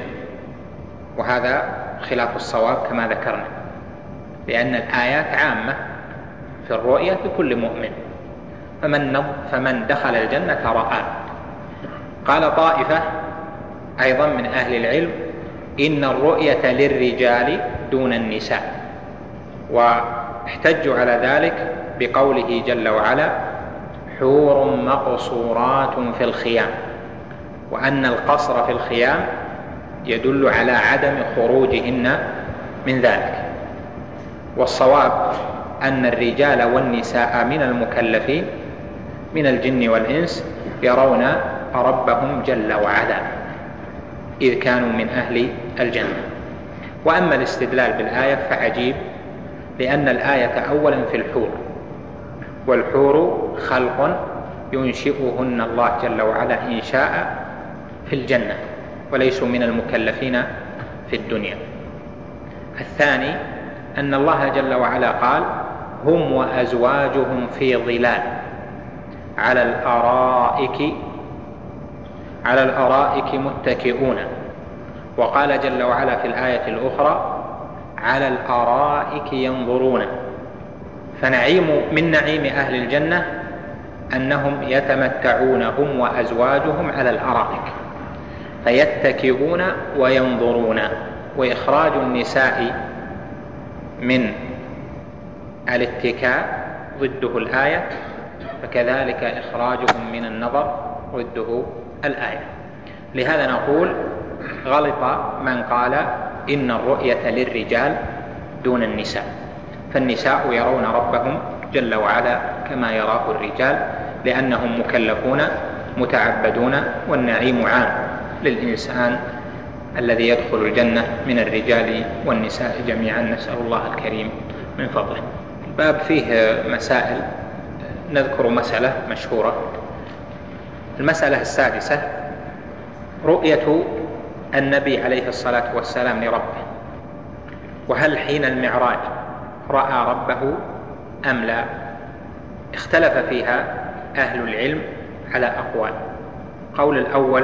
وهذا خلاف الصواب كما ذكرنا، لأن الآيات عامة في الرؤية لكل مؤمن، فمن, فمن دخل الجنة رأى. قال طائفة أيضا من أهل العلم إن الرؤية للرجال دون النساء، واحتجوا على ذلك بقوله جل وعلا حور مقصورات في الخيام، وأن القصر في الخيام يدل على عدم خروجهن من ذلك. والصواب أن الرجال والنساء من المكلفين من الجن والإنس يرون ربهم جل وعلا إذ كانوا من أهل الجنة. وأما الاستدلال بالآية فعجيب، لأن الآية أولا في الحور، والحور خلق ينشئهن الله جل وعلا إن شاء في الجنة، وليسوا من المكلفين في الدنيا. الثاني أن الله جل وعلا قال هم وأزواجهم في ظلال على الأرائك على الأرائك متكئون، وقال جل وعلا في الآية الأخرى على الأرائك ينظرون. فنعيم من نعيم أهل الجنة أنهم يتمتعون هم وأزواجهم على الأرائك فيتكئون وينظرون. وإخراج النساء من الاتكاء ضده الآية، فكذلك إخراجهم من النظر ضده الآية. لهذا نقول غلط من قال إن الرؤية للرجال دون النساء، فالنساء يرون ربهم جل وعلا كما يراه الرجال، لأنهم مكلفون متعبدون، والنعيم عام للإنسان الذي يدخل الجنة من الرجال والنساء جميعا، نسأل الله الكريم من فضله. الباب فيه مسائل، نذكر مسألة مشهورة. المسألة السادسة رؤية النبي عليه الصلاة والسلام لربه، وهل حين المعراج رأى ربه أم لا؟ اختلف فيها أهل العلم على أقوال. قول الأول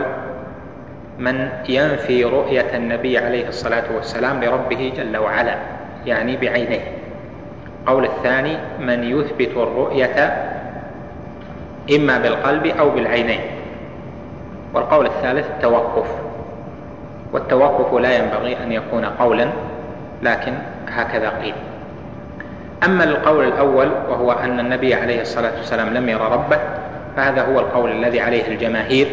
من ينفي رؤية النبي عليه الصلاة والسلام لربه جل وعلا، يعني بعينيه. قول الثاني من يثبت الرؤية إما بالقلب أو بالعينين. والقول الثالث التوقف، والتوقف لا ينبغي أن يكون قولا، لكن هكذا قيل. أما القول الأول وهو أن النبي عليه الصلاة والسلام لم يرى ربه، فهذا هو القول الذي عليه الجماهير.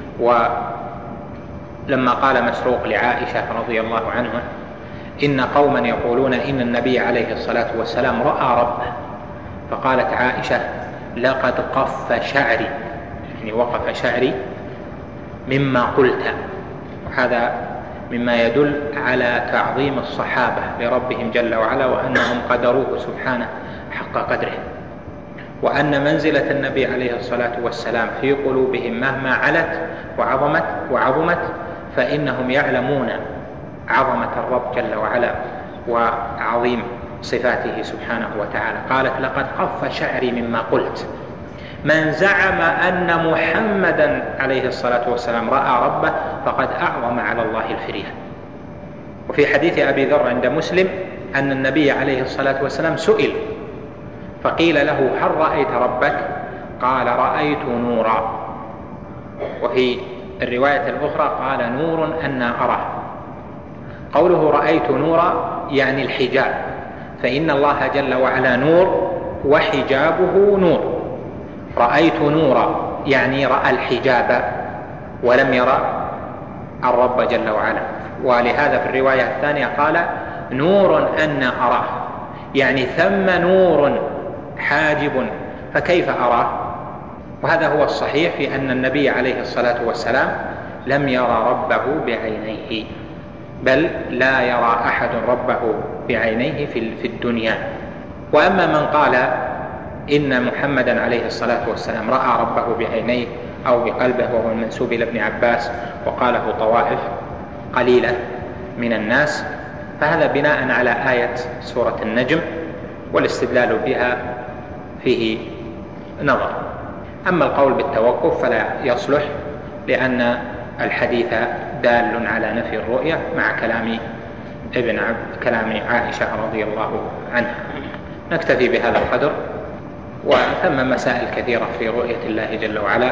ولما قال مسروق لعائشة رضي الله عنها إن قوما يقولون إن النبي عليه الصلاة والسلام رأى ربه، فقالت عائشة لقد قف شعري، يعني وقف شعري مما قلت. وهذا مما يدل على تعظيم الصحابة لربهم جل وعلا، وأنهم قدروه سبحانه حق قدره، وأن منزلة النبي عليه الصلاة والسلام في قلوبهم مهما علت وعظمت وعظمت فإنهم يعلمون عظمة الرب جل وعلا وعظيم صفاته سبحانه وتعالى. قالت لقد قف شعري مما قلت. من زعم أن محمدا عليه الصلاة والسلام رأى ربه فقد أعظم على الله الفرية. وفي حديث أبي ذر عند مسلم أن النبي عليه الصلاة والسلام سئل فقيل له هل رأيت ربك؟ قال رأيت نورا. وفي الرواية الأخرى قال نور أنا أراه. قوله رأيت نورا يعني الحجاب، فإن الله جل وعلا نور وحجابه نور. رأيت نورا يعني رأى الحجاب ولم يرى الرب جل وعلا. ولهذا في الرواية الثانية قال نور أنا أراه، يعني ثم نور حاجب فكيف أراه؟ وهذا هو الصحيح في أن النبي عليه الصلاة والسلام لم يرى ربه بعينيه، بل لا يرى أحد ربه بعينيه في الدنيا. وأما من قال إن محمدا عليه الصلاة والسلام رأى ربه بعينيه أو بقلبه، وهو المنسوب إلى ابن عباس وقاله طوائف قليلة من الناس، فهذا بناء على آية سورة النجم والاستدلال بها فيه نظر. أما القول بالتوقف فلا يصلح، لأن الحديث دال على نفي الرؤية مع كلام ابن عبد كلام عائشة رضي الله عنها. نكتفي بهذا القدر، وثم مسائل كثيرة في رؤية الله جل وعلا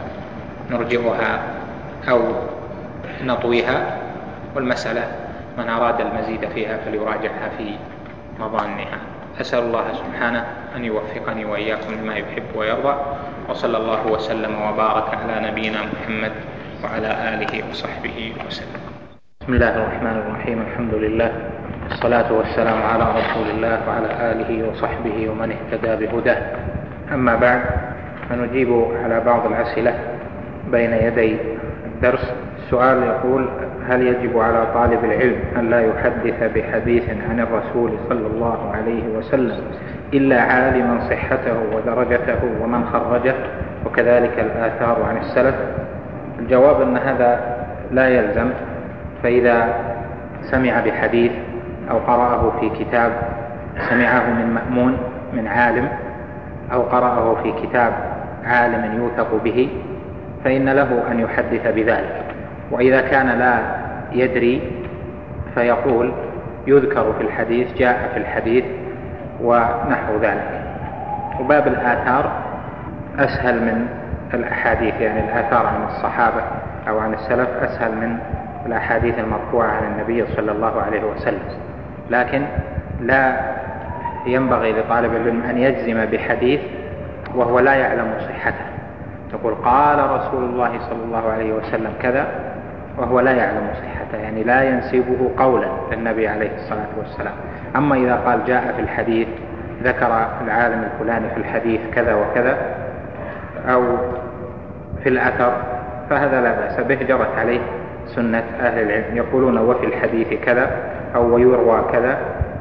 نرجئها أو نطويها، والمسألة من أراد المزيد فيها فليراجعها في مظانها. أسأل الله سبحانه أن يوفقني وإياكم لما يحب ويرضى، وصلى الله وسلم وبارك على نبينا محمد وعلى آله وصحبه وسلم. بسم الله الرحمن الرحيم. الحمد لله والصلاة والسلام على رسول الله وعلى آله وصحبه ومن اهتدى بهداه. أما بعد، فنجيب على بعض الأسئلة بين يدي الدرس. السؤال يقول: هل يجب على طالب العلم أن لا يحدث بحديث عن الرسول صلى الله عليه وسلم إلا عالما صحته ودرجته ومن خرجه، وكذلك الآثار عن السلف؟ الجواب أن هذا لا يلزم. فإذا سمع بحديث أو قرأه في كتاب سمعه من مأمون من عالم، أو قرأه في كتاب عالم يوثق به، فإن له أن يحدث بذلك. وإذا كان لا يدري فيقول يذكر في الحديث، جاء في الحديث ونحو ذلك. وباب الآثار أسهل من الأحاديث، يعني الآثار عن الصحابة أو عن السلف أسهل من الأحاديث المرفوعة عن النبي صلى الله عليه وسلم. لكن لا ينبغي لطالب العلم أن يجزم بحديث وهو لا يعلم صحته، يقول قال رسول الله صلى الله عليه وسلم كذا وهو لا يعلم صحته، يعني لا ينسبه قولا للنبي عليه الصلاة والسلام. أما إذا قال جاء في الحديث، ذكر العالم الفلاني في الحديث كذا وكذا، أو في الأثر، فهذا لا بأس به، جرت عليه سنة أهل العلم، يقولون وفي الحديث كذا أو ويروى كذا،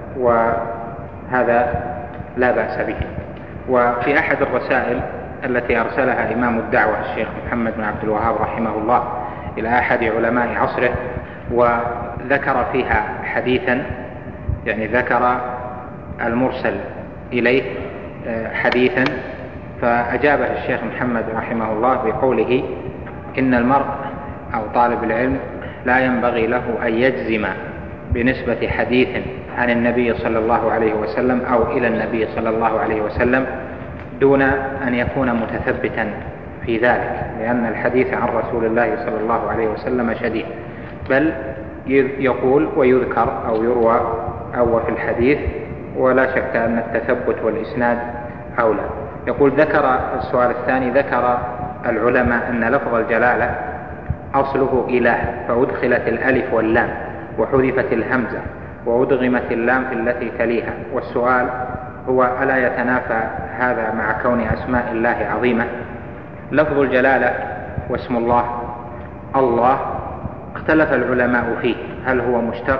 وهذا لا بأس به. وفي أحد الرسائل التي أرسلها إمام الدعوة الشيخ محمد بن عبد الوهاب رحمه الله إلى أحد علماء عصره، وذكر فيها حديثا، يعني ذكر المرسل إليه حديثا، فأجابه الشيخ محمد رحمه الله بقوله: إن المرء أو طالب العلم لا ينبغي له أن يجزم بنسبة حديث عن النبي صلى الله عليه وسلم أو إلى النبي صلى الله عليه وسلم دون أن يكون متثبتا في ذلك، لأن الحديث عن رسول الله صلى الله عليه وسلم شديد، بل يقول ويذكر أو يروى أو في الحديث، ولا شك أن التثبت والإسناد أولى. يقول ذكر السؤال الثاني: ذكر العلماء أن لفظ الجلالة أصله إله، فأدخلت الألف واللام وحذفت الهمزة وأدغمت اللام في التي تليها. والسؤال هو: ألا يتنافى هذا مع كون أسماء الله عظيمة؟ لفظ الجلالة واسم الله الله اختلف العلماء فيه، هل هو مشتق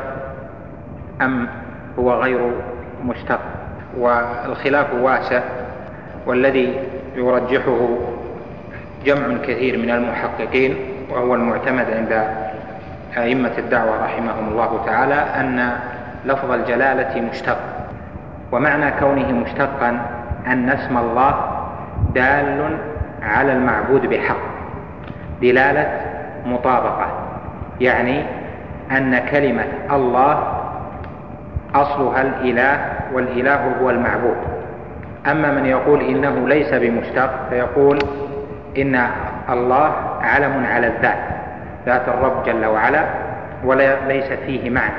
أم هو غير مشتق، والخلاف واسع، والذي يرجحه جمع كثير من المحققين وهو المعتمد عند أئمة الدعوة رحمهم الله تعالى أن لفظ الجلالة مشتق، ومعنى كونه مشتقا أن اسم الله دال على المعبود بحق دلالة مطابقة، يعني أن كلمة الله أصلها الإله، والإله هو المعبود. أما من يقول إنه ليس بمشتق فيقول إن الله علم على الذات، ذات الرب جل وعلا، وليس فيه معنى.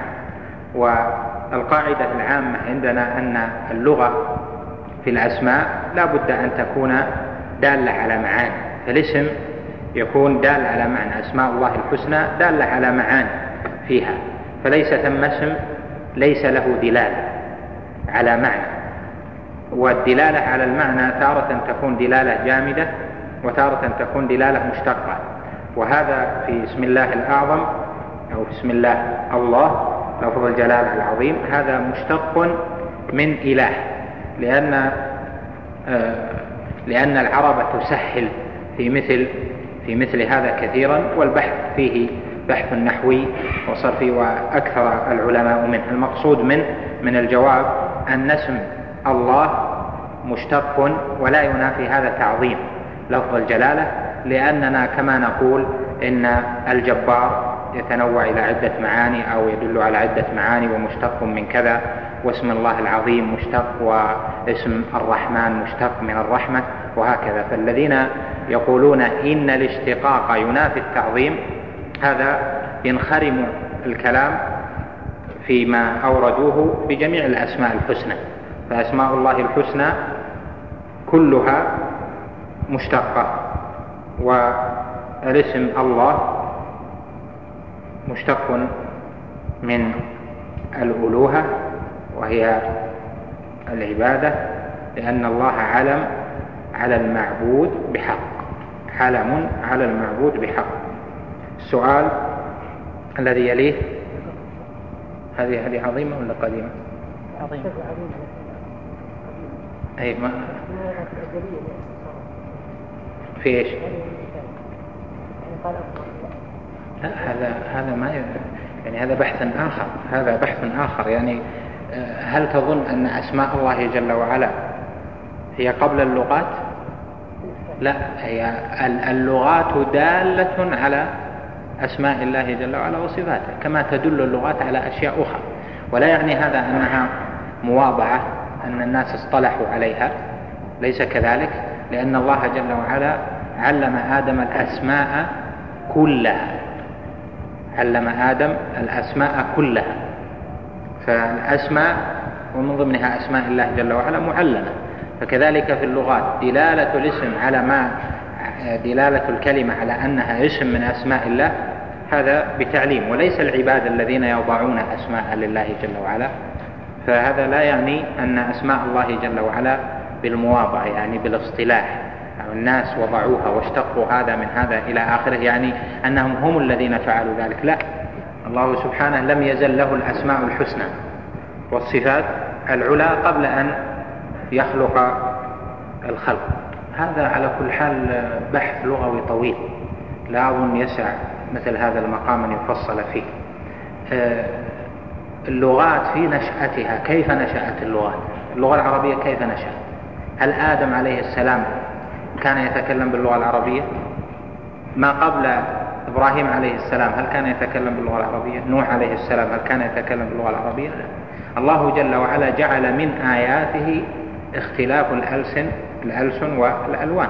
والقاعدة العامة عندنا أن اللغة في الأسماء لا بد أن تكون دالة على معاني، فالاسم يكون دال على معنى، أسماء الله الحسنى دالة على معاني فيها، فليس ثم اسم ليس له دلالة على معنى. والدلالة على المعنى تارة تكون دلالة جامدة وتارة تكون دلالة مشتقة، وهذا في اسم الله الأعظم أو اسم الله الله لفظ الجلالة العظيم، هذا مشتق من إله، لأن آه لأن العرب تسهل في مثل في مثل هذا كثيرا، والبحث فيه بحث نحوي وصرفي وأكثر العلماء منه. المقصود منه من الجواب أن اسم الله مشتق ولا ينافي هذا تعظيم لفظ الجلالة، لأننا كما نقول إن الجبار يتنوع إلى عدة معاني أو يدل على عدة معاني ومشتق من كذا، واسم الله العظيم مشتق، واسم الرحمن مشتق من الرحمة، وهكذا. فالذين يقولون إن الاشتقاق ينافي التعظيم هذا ينخرم الكلام فيما أوردوه بجميع الأسماء الحسنى. فأسماء الله الحسنى كلها مشتقة، والاسم الله مشتق من الألوهة وهي العبادة، لأن الله علم على المعبود بحق، علم على المعبود بحق. السؤال الذي يليه، هذه هذه عظيمة ولا قديمة؟ عظيمة. أي ما في إيش؟ لا هذا هذا ما يعني هذا بحث آخر، هذا بحث آخر. يعني هل تظن أن أسماء الله جل وعلا هي قبل اللغات؟ لا، هي اللغات دالة على أسماء الله جل وعلا وصفاته، كما تدل اللغات على أشياء أخرى. ولا يعني هذا أنها مواضعة أن الناس اصطلحوا عليها، ليس كذلك، لأن الله جل وعلا علم آدم الأسماء كلها، علم آدم الأسماء كلها. فالأسماء ومن ضمنها أسماء الله جل وعلا معلمة. فكذلك في اللغات دلالة الاسم على ما دلالة الكلمة على أنها اسم من أسماء الله هذا بتعليم، وليس العباد الذين يضعون أسماء لله جل وعلا. فهذا لا يعني أن أسماء الله جل وعلا بالمواضع، يعني بالاصطلاح، يعني الناس وضعوها واشتقوا هذا من هذا إلى آخره، يعني أنهم هم الذين فعلوا ذلك. لا، الله سبحانه لم يزل له الأسماء الحسنى والصفات العلى قبل أن يخلق الخلق. هذا على كل حال بحث لغوي طويل، لا أظن يسع مثل هذا المقام أن يفصل فيه. اللغات في نشأتها، كيف نشأت اللغات؟ اللغة العربية كيف نشأت؟ هل آدم عليه السلام كان يتكلم باللغة العربية؟ ما قبل إبراهيم عليه السلام هل كان يتكلم باللغة العربية؟ نوح عليه السلام هل كان يتكلم باللغة العربية؟ لا. الله جل وعلا جعل من آياته اختلاف الألسن الألسن والألوان.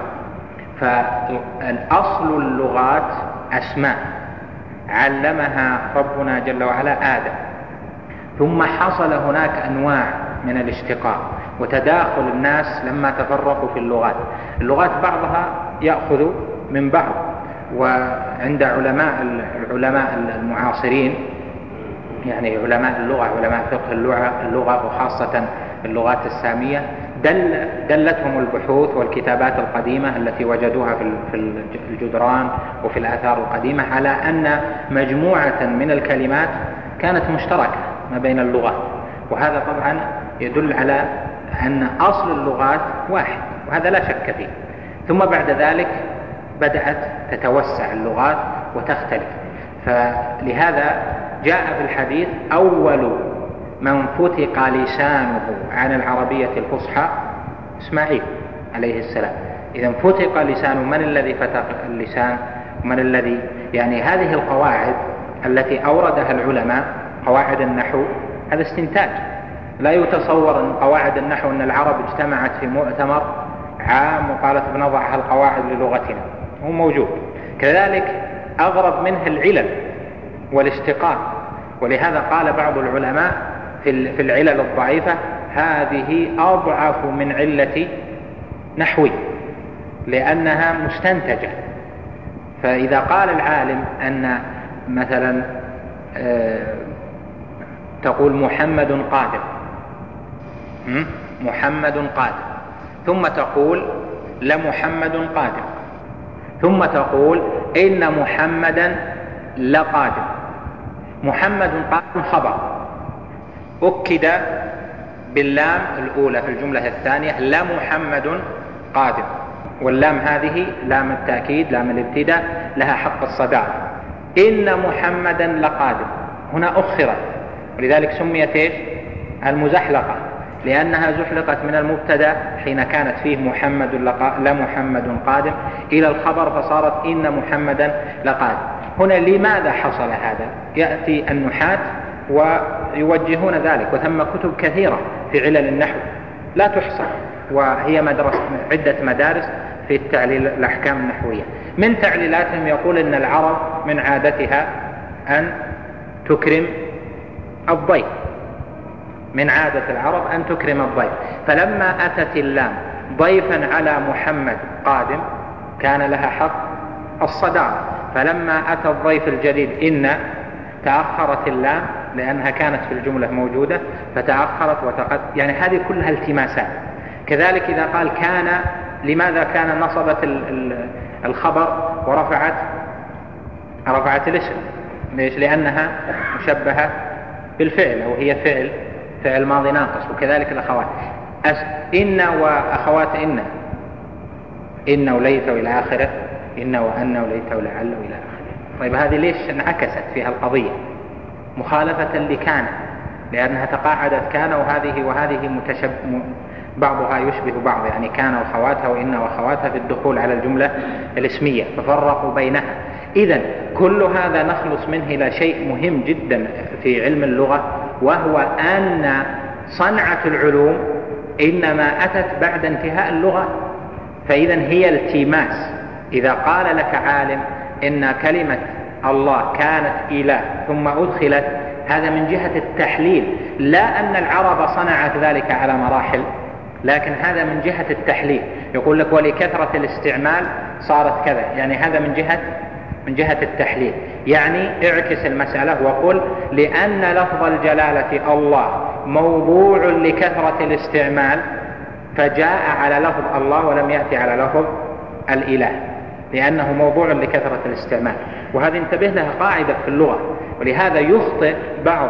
فالأصل اللغات أسماء علمها ربنا جل وعلا آدم، ثم حصل هناك أنواع من الاشتقاق وتداخل الناس لما تفرقوا في اللغات. اللغات بعضها يأخذ من بعض، وعند علماء العلماء المعاصرين، يعني علماء اللغة، علماء فقه اللغة, اللغة وخاصة اللغات السامية، دل دلتهم البحوث والكتابات القديمة التي وجدوها في الجدران وفي الآثار القديمة على أن مجموعة من الكلمات كانت مشتركة ما بين اللغات، وهذا طبعا يدل على أن أصل اللغات واحد، وهذا لا شك فيه. ثم بعد ذلك بدأت تتوسع اللغات وتختلف. فلهذا جاء في الحديث أول من فتق لسانه عن العربية الفصحى إسماعيل عليه السلام. إذا فتق لسانه، من الذي فتق اللسان؟ من الذي يعني هذه القواعد التي أوردها العلماء، قواعد النحو، هذا استنتاج. لا يتصور أن قواعد النحو أن العرب اجتمعت في مؤتمر عام وقالت بنضع القواعد للغتنا، هو موجود. كذلك أغرب منه العلل والاشتقاق، ولهذا قال بعض العلماء في العلل الضعيفة هذه أضعف من علة نحوي لأنها مستنتجة. فإذا قال العالم أن مثلا تقول محمد قادم، محمد قادم، ثم تقول لمحمد قادم، ثم تقول إن محمدا لقادم. محمد قادم خبر أكد باللام الأولى في الجملة الثانية، لمحمد قادم، واللام هذه لام التأكيد، لام الابتداء، لها حق الصداق. إن محمدا لقادم هنا أخرت، ولذلك سميت إيش؟ المزحلقة. لأنها زحلقت من المبتدأ حين كانت فيه محمد لمحمد قادم إلى الخبر فصارت إن محمدا لقادم. هنا لماذا حصل هذا؟ يأتي النحاة ويوجهون ذلك، وثم كتب كثيرة في علل النحو لا تحصى، وهي مدرسة عدة مدارس في التعليل الأحكام النحوية. من تعليلاتهم يقول إن العرب من عادتها أن تكرم الضيف، من عادة العرب أن تكرم الضيف، فلما أتت اللام ضيفا على محمد قادم كان لها حق الصدارة، فلما أتى الضيف الجديد إن تأخرت اللام لأنها كانت في الجملة موجودة فتأخرت وتقد، يعني هذه كلها التماسات. كذلك إذا قال كان، لماذا كان نصبت الخبر ورفعت رفعت الاسم؟ ليش؟ لأنها مشبهة بالفعل، أو هي فعل فعل ماضي ناقص. وكذلك الأخوات إن وأخوات إن، إن وليت إلى آخره، إن وأن وليت ولعل إلى آخره. طيب هذه ليش انعكست فيها القضية؟ مخالفة لكان، لأنها تقاعدت كان وهذه وهذه متشب بعضها يشبه بعض، يعني كان وأخواتها وإن وأخواتها في الدخول على الجملة الاسمية ففرقوا بينها. إذن كل هذا نخلص منه إلى شيء مهم جدا في علم اللغة، وهو أن صنعة العلوم إنما أتت بعد انتهاء اللغة، فإذن هي التماس. إذا قال لك عالم إن كلمة الله كانت إله ثم أدخلت، هذا من جهة التحليل، لا أن العرب صنعت ذلك على مراحل، لكن هذا من جهة التحليل. يقول لك ولكثرة الاستعمال صارت كذا، يعني هذا من جهة من جهة التحليل. يعني اعكس المسألة وقل لأن لفظ الجلالة الله موضوع لكثرة الاستعمال فجاء على لفظ الله ولم يأتي على لفظ الإله، لأنه موضوع لكثرة الاستعمال. وهذه انتبه لها قاعدة في اللغة. ولهذا يخطئ بعض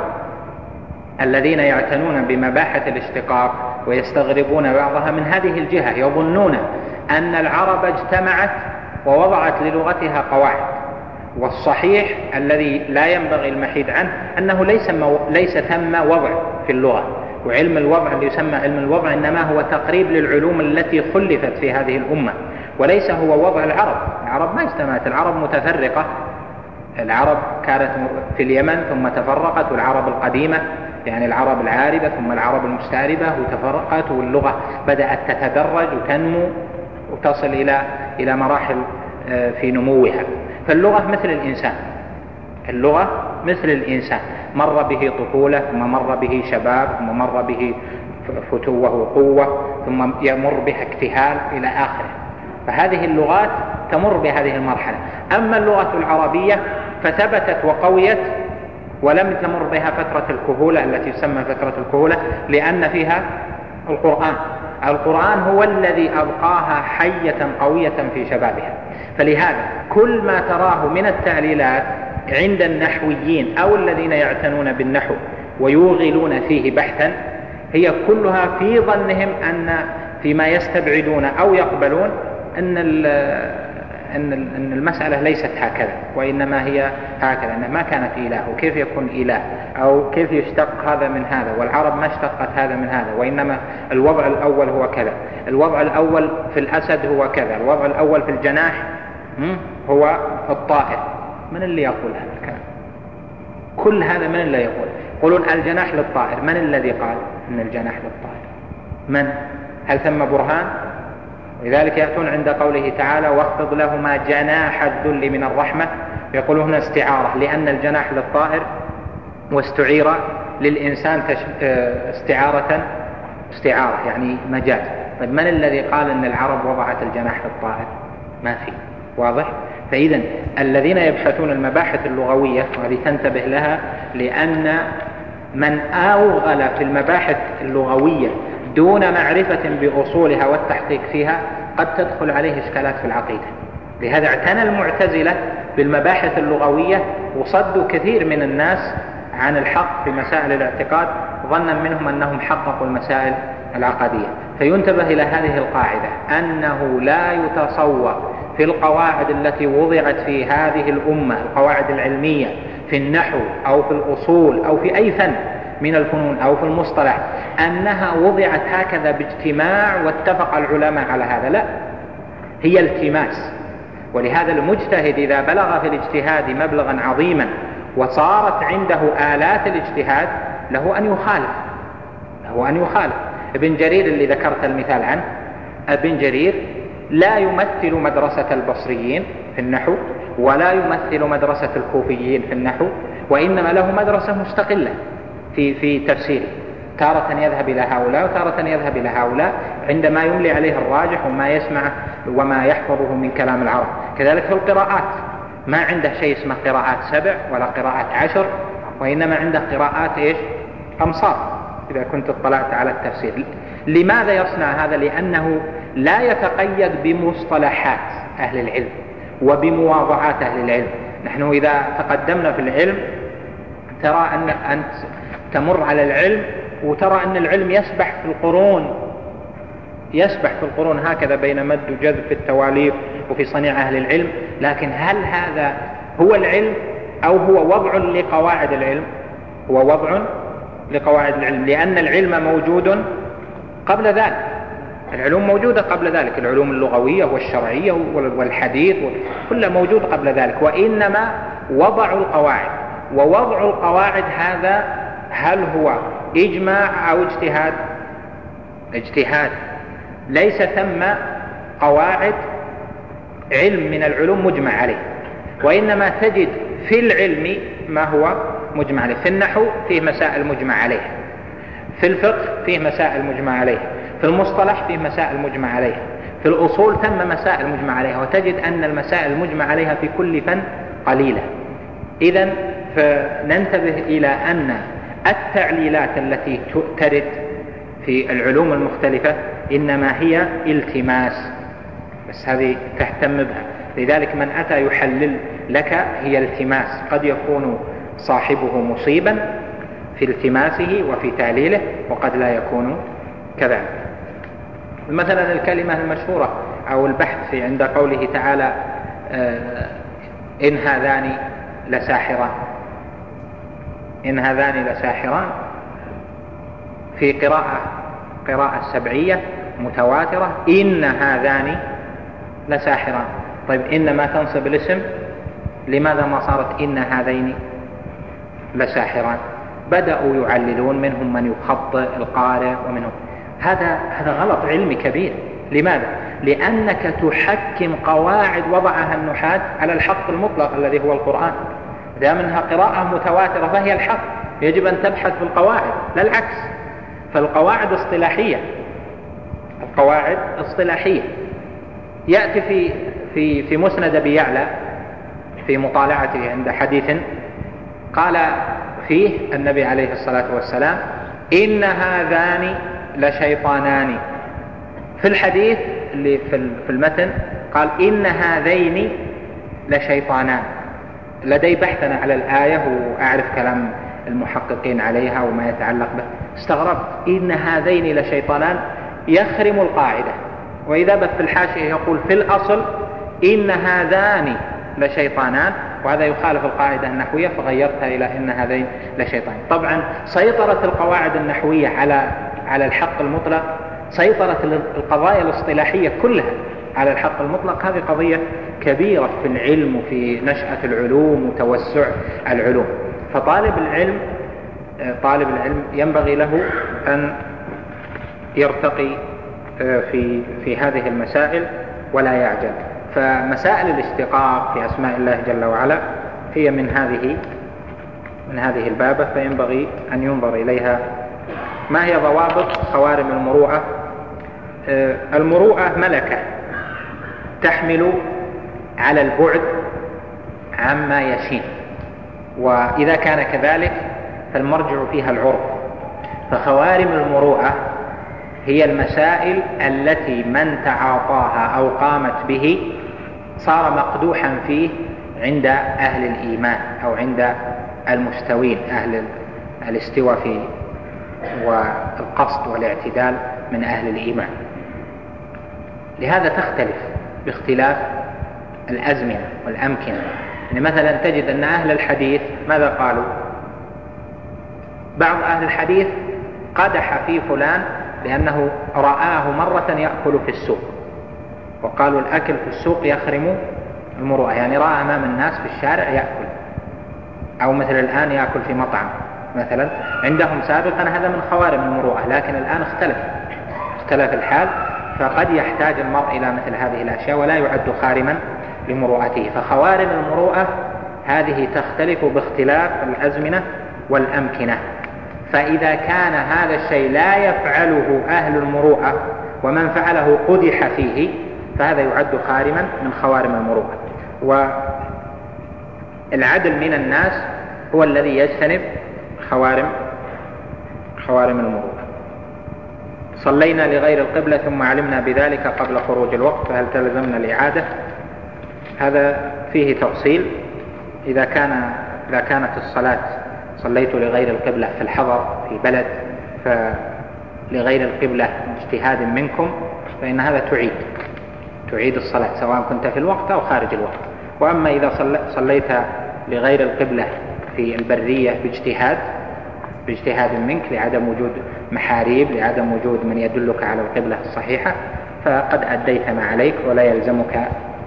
الذين يعتنون بمباحث الاشتقاق ويستغربون بعضها من هذه الجهة، يظنون أن العرب اجتمعت ووضعت للغتها قواعد، والصحيح الذي لا ينبغي المحيد عنه أنه ليس, مو... ليس ثم وضع في اللغة. وعلم الوضع اللي يسمى علم الوضع إنما هو تقريب للعلوم التي خلفت في هذه الأمة، وليس هو وضع العرب. العرب ما اجتمعت، العرب متفرقة. العرب كانت في اليمن ثم تفرقت، والعرب القديمة يعني العرب العاربة ثم العرب المستعربة وتفرقت، واللغة بدأت تتدرج وتنمو وتصل إلى إلى مراحل في نموها. فاللغة مثل الإنسان، اللغة مثل الإنسان، مر به طفولة ثم مر به شباب ثم مر به فتوة وقوة ثم يمر بها اكتهال إلى آخره. فهذه اللغات تمر بهذه المرحلة. أما اللغة العربية فثبتت وقويت ولم تمر بها فترة الكهولة التي تسمى فترة الكهولة، لأن فيها القرآن. القرآن هو الذي أبقاها حية قوية في شبابها. فلهذا كل ما تراه من التعليلات عند النحويين أو الذين يعتنون بالنحو ويوغلون فيه بحثا، هي كلها في ظنهم أن فيما يستبعدون أو يقبلون أن أن المسألة ليست هكذا، وإنما هي هكذا، أنه ما كان في إله، وكيف يكون إله، أو كيف يشتق هذا من هذا، والعرب ما اشتقت هذا من هذا، وإنما الوضع الأول هو كذا، الوضع الأول في الأسد هو كذا، الوضع الأول في الجناح هو الطائر. من اللي يقول هذا الكلام؟ كل هذا من اللي يقول؟ يقولون الجناح للطائر. من الذي قال أن الجناح للطائر؟ من؟ هل ثم برهان؟ لذلك يأتون عند قوله تعالى واخفض لهما جناح الذل من الرحمة، يقولون هنا استعارة، لأن الجناح للطائر واستعير للإنسان استعارة استعارة يعني مجاز. طيب من الذي قال أن العرب وضعت الجناح للطائر؟ ما في. واضح؟ فإذا الذين يبحثون المباحث اللغوية، وهذه تنتبه لها، لأن من أوغل في المباحث اللغوية دون معرفة بأصولها والتحقيق فيها قد تدخل عليه إشكالات في العقيدة. لهذا اعتنى المعتزلة بالمباحث اللغوية وصدوا كثير من الناس عن الحق في مسائل الاعتقاد، ظنا منهم أنهم حققوا المسائل العقدية. فينتبه إلى هذه القاعدة، أنه لا يتصور في القواعد التي وضعت في هذه الأمة، القواعد العلمية في النحو أو في الأصول أو في أي فن من الفنون أو في المصطلح، أنها وضعت هكذا باجتماع واتفق العلماء على هذا، لا، هي التماس. ولهذا المجتهد إذا بلغ في الاجتهاد مبلغا عظيما وصارت عنده آلات الاجتهاد له أن يخالف له أن يخالف ابن جرير اللي ذكرت المثال عنه، ابن جرير لا يمثل مدرسة البصريين في النحو ولا يمثل مدرسة الكوفيين في النحو، وإنما له مدرسة مستقلة في في تفسيره، تارة يذهب إلى هؤلاء وتارة يذهب إلى هؤلاء عندما يملي عليه الراجح وما يسمع وما يحفظه من كلام العرب. كذلك في القراءات ما عنده شيء اسمه قراءات سبع ولا قراءات عشر، وإنما عنده قراءات إيش؟ أمصار، إذا كنت اطلعت على التفسير. لماذا يصنع هذا؟ لأنه لا يتقيد بمصطلحات أهل العلم وبمواضعات أهل العلم. نحن إذا تقدمنا في العلم ترى أن أنت تمر على العلم وترى أن العلم يسبح في القرون يسبح في القرون هكذا بين مد وجذب في التواليف وفي صنيع أهل العلم، لكن هل هذا هو العلم أو هو وضع لقواعد العلم؟ هو وضع لقواعد العلم، لأن العلم موجود قبل ذلك، العلوم موجودة قبل ذلك، العلوم اللغوية والشرعية والحديث كلها موجود قبل ذلك، وإنما وضعوا القواعد. ووضع القواعد هذا هل هو إجماع أو اجتهاد؟ اجتهاد. ليس ثم قواعد علم من العلوم مجمع عليه، وإنما تجد في العلم ما هو مجمع عليه. في النحو فيه مسائل مجمع عليها، في الفقه فيه مسائل مجمع عليها، في المصطلح فيه مسائل مجمع عليها، في الأصول ثم مسائل مجمع عليها، وتجد أن المسائل المجمع عليها في كل فن قليلة. إذن فننتبه إلى أن التعليلات التي ترد في العلوم المختلفة إنما هي التماس، بس هذه تهتم بها. لذلك من أتى يحلل لك هي التماس، قد يكون صاحبه مصيبا في التماسه وفي تعليله وقد لا يكون كذلك. مثلا الكلمة المشهورة أو البحث عند قوله تعالى آه إن هذان لساحران، إن هذان لساحران، في قراءة قراءة سبعية متواترة إن هذان لساحران. طيب إن ما تنصب الاسم، لماذا ما صارت إن هذين لساحران؟ بدأوا يعللون، منهم من يخطئ القارئ ومنهم هذا هذا غلط علمي كبير. لماذا؟ لأنك تحكم قواعد وضعها النحاة على الحق المطلق الذي هو القرآن. إذا منها قراءة متواترة فهي الحق، يجب أن تبحث في القواعد لا العكس. فالقواعد اصطلاحية، القواعد اصطلاحية. يأتي في في في مسند أبي يعلى في مطالعته عند حديث قال فيه النبي عليه الصلاة والسلام إن هذان لشيطانان. في الحديث اللي في المتن قال إن هذين لشيطانان. لدي بحثنا على الآية وأعرف كلام المحققين عليها وما يتعلق به، استغربت إن هذين لشيطانان يخرم القاعدة. وإذا بث في الحاشية يقول في الأصل إن هذان لشيطانان، وهذا يخالف القاعدة النحوية فغيرتها إلى إن هذين لشيطان. طبعا سيطرة القواعد النحوية على على الحق المطلق، سيطرة القضايا الاصطلاحية كلها على الحق المطلق، هذه قضية كبيرة في العلم وفي نشأة العلوم وتوسع العلوم. فطالب العلم طالب العلم ينبغي له أن يرتقي في في هذه المسائل ولا يعجل. فمسائل الاشتقاق في أسماء الله جل وعلا هي من هذه من هذه البابة، فينبغي أن ينظر إليها. ما هي ضوابط خوارم المروءة؟ المروءة ملكة تحمل على البعد عما يشين، وإذا كان كذلك فالمرجع فيها العرف. فخوارم المروءة هي المسائل التي من تعاطاها أو قامت به صار مقدوحا فيه عند أهل الإيمان أو عند المستوين، أهل الاستواء في والقصد والاعتدال من أهل الإيمان. لهذا تختلف باختلاف الأزمنة والأمكنة. يعني مثلا تجد أن أهل الحديث ماذا قالوا؟ بعض أهل الحديث قدح في فلان لأنه رآه مرة يأكل في السوق، وقالوا الأكل في السوق يخرم المروءة، يعني رأى أمام الناس في الشارع يأكل، أو مثل الآن يأكل في مطعم مثلا. عندهم سابقا هذا من خوارم المروءة، لكن الآن اختلف اختلف الحال، فقد يحتاج المرء إلى مثل هذه الأشياء ولا يعد خارما لمروءته. فخوارم المروءة هذه تختلف باختلاف الأزمنة والأمكنة. فإذا كان هذا الشيء لا يفعله أهل المروءة ومن فعله قدح فيه، فهذا يعد خارما من خوارم المروءة. والعدل من الناس هو الذي يجتنب خوارم خوارم المروءة. صلينا لغير القبلة ثم علمنا بذلك قبل خروج الوقت، فهل تلزمنا الإعادة؟ هذا فيه تفصيل. إذا كان إذا كانت الصلاة صليت لغير القبلة في الحضر في بلد، فلغير القبلة اجتهاد منكم، فإن هذا تعيد تعيد الصلاة سواء كنت في الوقت أو خارج الوقت. وأما إذا صليت لغير القبلة في البرية باجتهاد باجتهاد منك لعدم وجود محاريب، لعدم وجود من يدلك على القبلة الصحيحة، فقد أديت ما عليك ولا يلزمك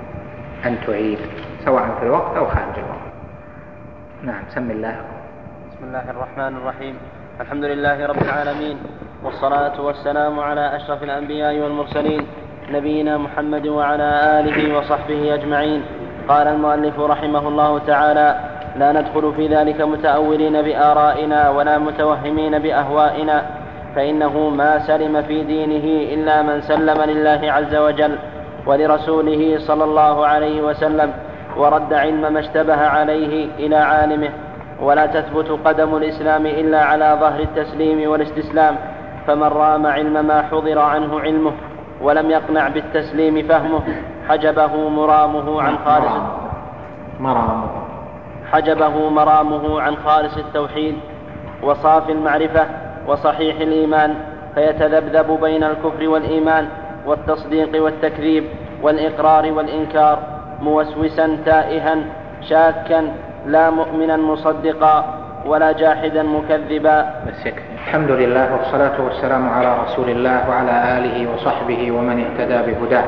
أن تعيد سواء في الوقت أو خارج الوقت. نعم، سم الله. بسم الله الرحمن الرحيم. الحمد لله رب العالمين، والصلاة والسلام على أشرف الأنبياء والمرسلين، نبينا محمد وعلى آله وصحبه أجمعين. قال المؤلف رحمه الله تعالى: لا ندخل في ذلك متأولين بآرائنا ولا متوهمين بأهوائنا، فإنه ما سلم في دينه إلا من سلم لله عز وجل ولرسوله صلى الله عليه وسلم، ورد علم ما اشتبه عليه إلى عالمه. ولا تثبت قدم الإسلام إلا على ظهر التسليم والاستسلام، فمن رام علم ما حضر عنه علمه ولم يقنع بالتسليم فهمه حجبه مرامه عن خالص مرامه حجبه مرامه عن خالص التوحيد وصافي المعرفة وصحيح الإيمان، فيتذبذب بين الكفر والإيمان والتصديق والتكذيب والإقرار والإنكار، موسوسا تائها شاكا، لا مؤمنا مصدقا ولا جاحدا مكذبا. الحمد لله والصلاة والسلام على رسول الله وعلى آله وصحبه ومن اهتدى بهداه.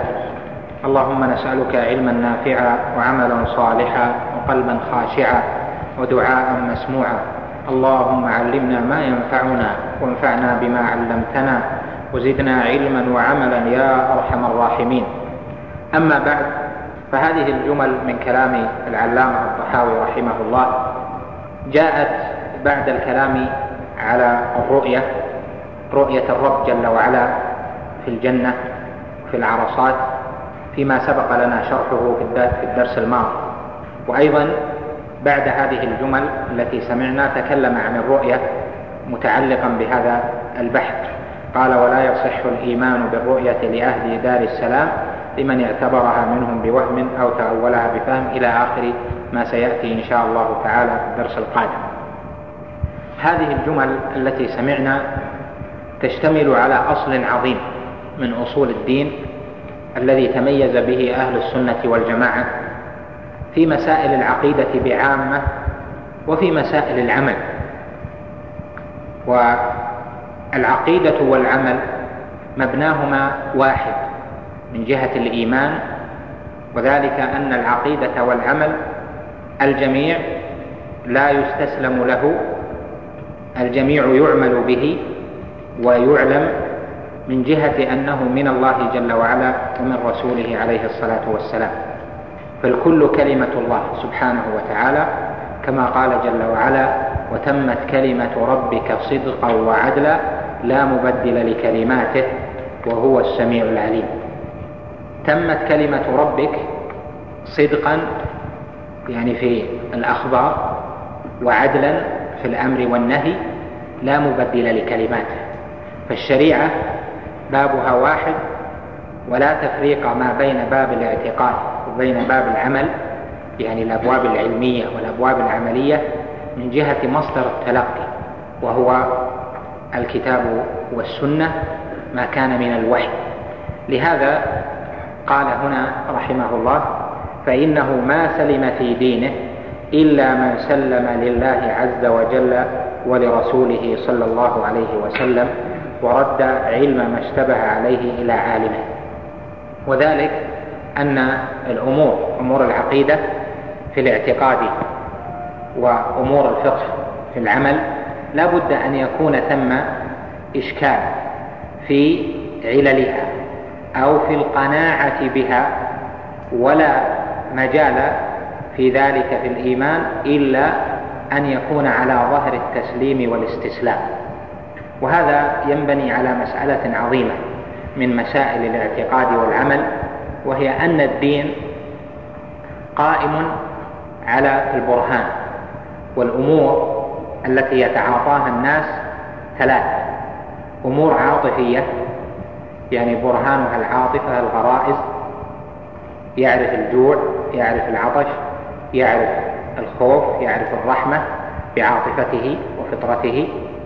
اللهم نسألك علما نافعا وعملا صالحا وقلبا خاشعا ودعاء مسموعا. اللهم علمنا ما ينفعنا وانفعنا بما علمتنا وزدنا علما وعملا يا أرحم الراحمين. أما بعد، فهذه الجمل من كلام العلامة الطحاوي رحمه الله جاءت بعد الكلام على الرؤية رؤية الرب جل وعلا في الجنة في العرصات، فيما سبق لنا شرحه في الدرس الماضي. وأيضا بعد هذه الجمل التي سمعنا تكلم عن الرؤية متعلقا بهذا البحث. قال: ولا يصح الإيمان بالرؤية لأهل دار السلام لمن اعتبرها منهم بوهم أو تأولها بفهم، إلى آخر ما سيأتي إن شاء الله تعالى في الدرس القادم. هذه الجمل التي سمعنا تشتمل على أصل عظيم من أصول الدين الذي تميز به أهل السنة والجماعة في مسائل العقيدة بعامة وفي مسائل العمل. والعقيدة والعمل مبناهما واحد من جهة الإيمان، وذلك أن العقيدة والعمل الجميع لا يستسلم له، الجميع يعمل به ويعلم من جهة أنه من الله جل وعلا ومن رسوله عليه الصلاة والسلام. فالكل كلمة الله سبحانه وتعالى، كما قال جل وعلا: وتمت كلمة ربك صدقا وعدلا لا مبدل لكلماته وهو السميع العليم. تمت كلمة ربك صدقا يعني في الأخبار، وعدلا في الأمر والنهي، لا مبدل لكلماته. فالشريعة بابها واحد، ولا تفريق ما بين باب الاعتقاد وبين باب العمل، يعني الأبواب العلمية والأبواب العملية، من جهة مصدر التلقي وهو الكتاب والسنة، ما كان من الوحي. لهذا قال هنا رحمه الله: فإنه ما سلم في دينه إلا من سلم لله عز وجل ولرسوله صلى الله عليه وسلم ورد علم ما اشتبه عليه إلى عالمه. وذلك أن الأمور أمور العقيدة في الاعتقاد وأمور الفقه في العمل لا بد أن يكون ثم إشكال في عللها أو في القناعة بها، ولا مجال في ذلك في الإيمان إلا أن يكون على ظهر التسليم والاستسلام. وهذا ينبني على مسألة عظيمة من مسائل الاعتقاد والعمل، وهي أن الدين قائم على البرهان، والأمور التي يتعاطاها الناس ثلاث: أمور عاطفية، يعني برهانها العاطفة الغرائز، يعرف الجوع، يعرف العطش، يعرف الخوف، يعرف الرحمة بعاطفته وفطرته.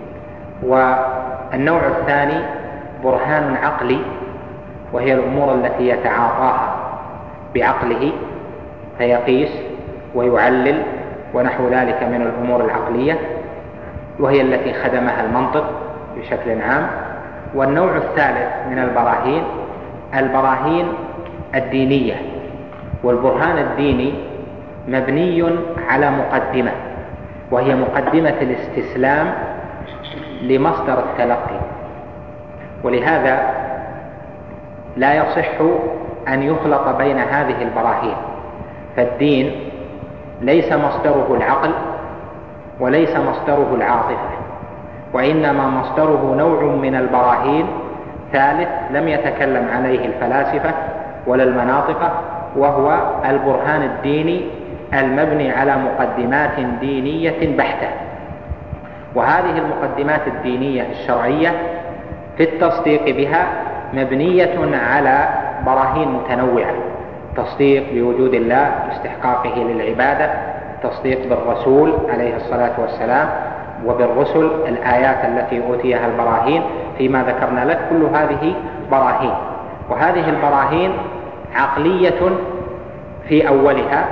والنوع الثاني برهان عقلي، وهي الأمور التي يتعاطاها بعقله فيقيس ويعلل ونحو ذلك من الأمور العقلية، وهي التي خدمها المنطق بشكل عام. والنوع الثالث من البراهين البراهين الدينية، والبرهان الديني مبني على مقدمة، وهي مقدمة الاستسلام لمصدر التلقي. ولهذا لا يصح أن يخلط بين هذه البراهين، فالدين ليس مصدره العقل وليس مصدره العاطفة، وإنما مصدره نوع من البراهين ثالث لم يتكلم عليه الفلاسفة ولا المناطق، وهو البرهان الديني المبني على مقدمات دينية بحتة. وهذه المقدمات الدينية الشرعية في التصديق بها مبنية على براهين متنوعة: تصديق بوجود الله باستحقاقه للعبادة، تصديق بالرسول عليه الصلاة والسلام وبالرسل الآيات التي أوتيها البراهين فيما ذكرنا لك، كل هذه براهين. وهذه البراهين عقلية في أولها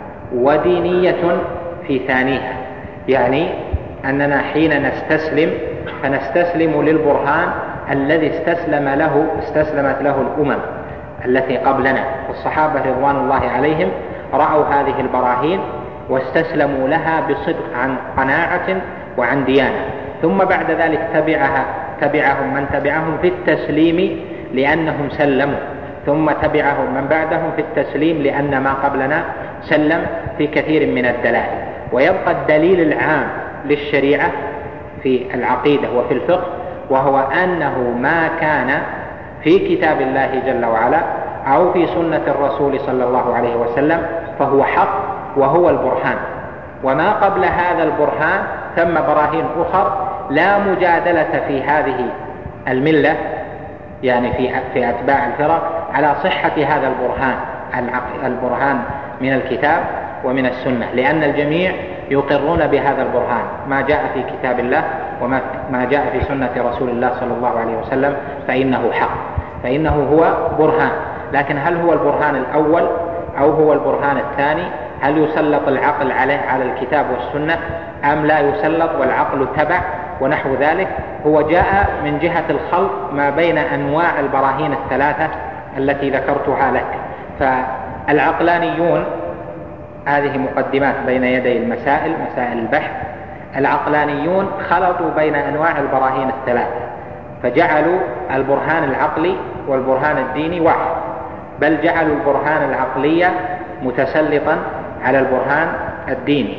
ودينية في ثانيها، يعني أننا حين نستسلم فنستسلم للبرهان الذي استسلم له استسلمت له الأمم التي قبلنا. والصحابة رضوان الله عليهم رأوا هذه البراهين واستسلموا لها بصدق عن قناعة وعن ديانة، ثم بعد ذلك تبعها تبعهم من تبعهم في التسليم لأنهم سلموا، ثم تبعهم من بعدهم في التسليم لأن ما قبلنا سلم في كثير من الدلائل. ويبقى الدليل العام للشريعة في العقيدة وفي الفقه، وهو أنه ما كان في كتاب الله جل وعلا أو في سنة الرسول صلى الله عليه وسلم فهو حق وهو البرهان. وما قبل هذا البرهان ثم براهين أخر لا مجادلة في هذه الملة، يعني في في أتباع الفرق، على صحة هذا البرهان البرهان من الكتاب ومن السنة، لأن الجميع يقرون بهذا البرهان، ما جاء في كتاب الله وما ما جاء في سنة رسول الله صلى الله عليه وسلم فإنه حق، فإنه هو برهان. لكن هل هو البرهان الأول أو هو البرهان الثاني؟ هل يسلط العقل عليه على الكتاب والسنة أم لا يسلط والعقل تبع ونحو ذلك؟ هو جاء من جهة الخلط ما بين أنواع البراهين الثلاثة التي ذكرتها لك. فالعقلانيون، هذه مقدمات بين يدي المسائل مسائل البحث، العقلانيون خلطوا بين أنواع البراهين الثلاثة فجعلوا البرهان العقلي والبرهان الديني واحد، بل جعلوا البرهان العقلي متسلطا على البرهان الديني،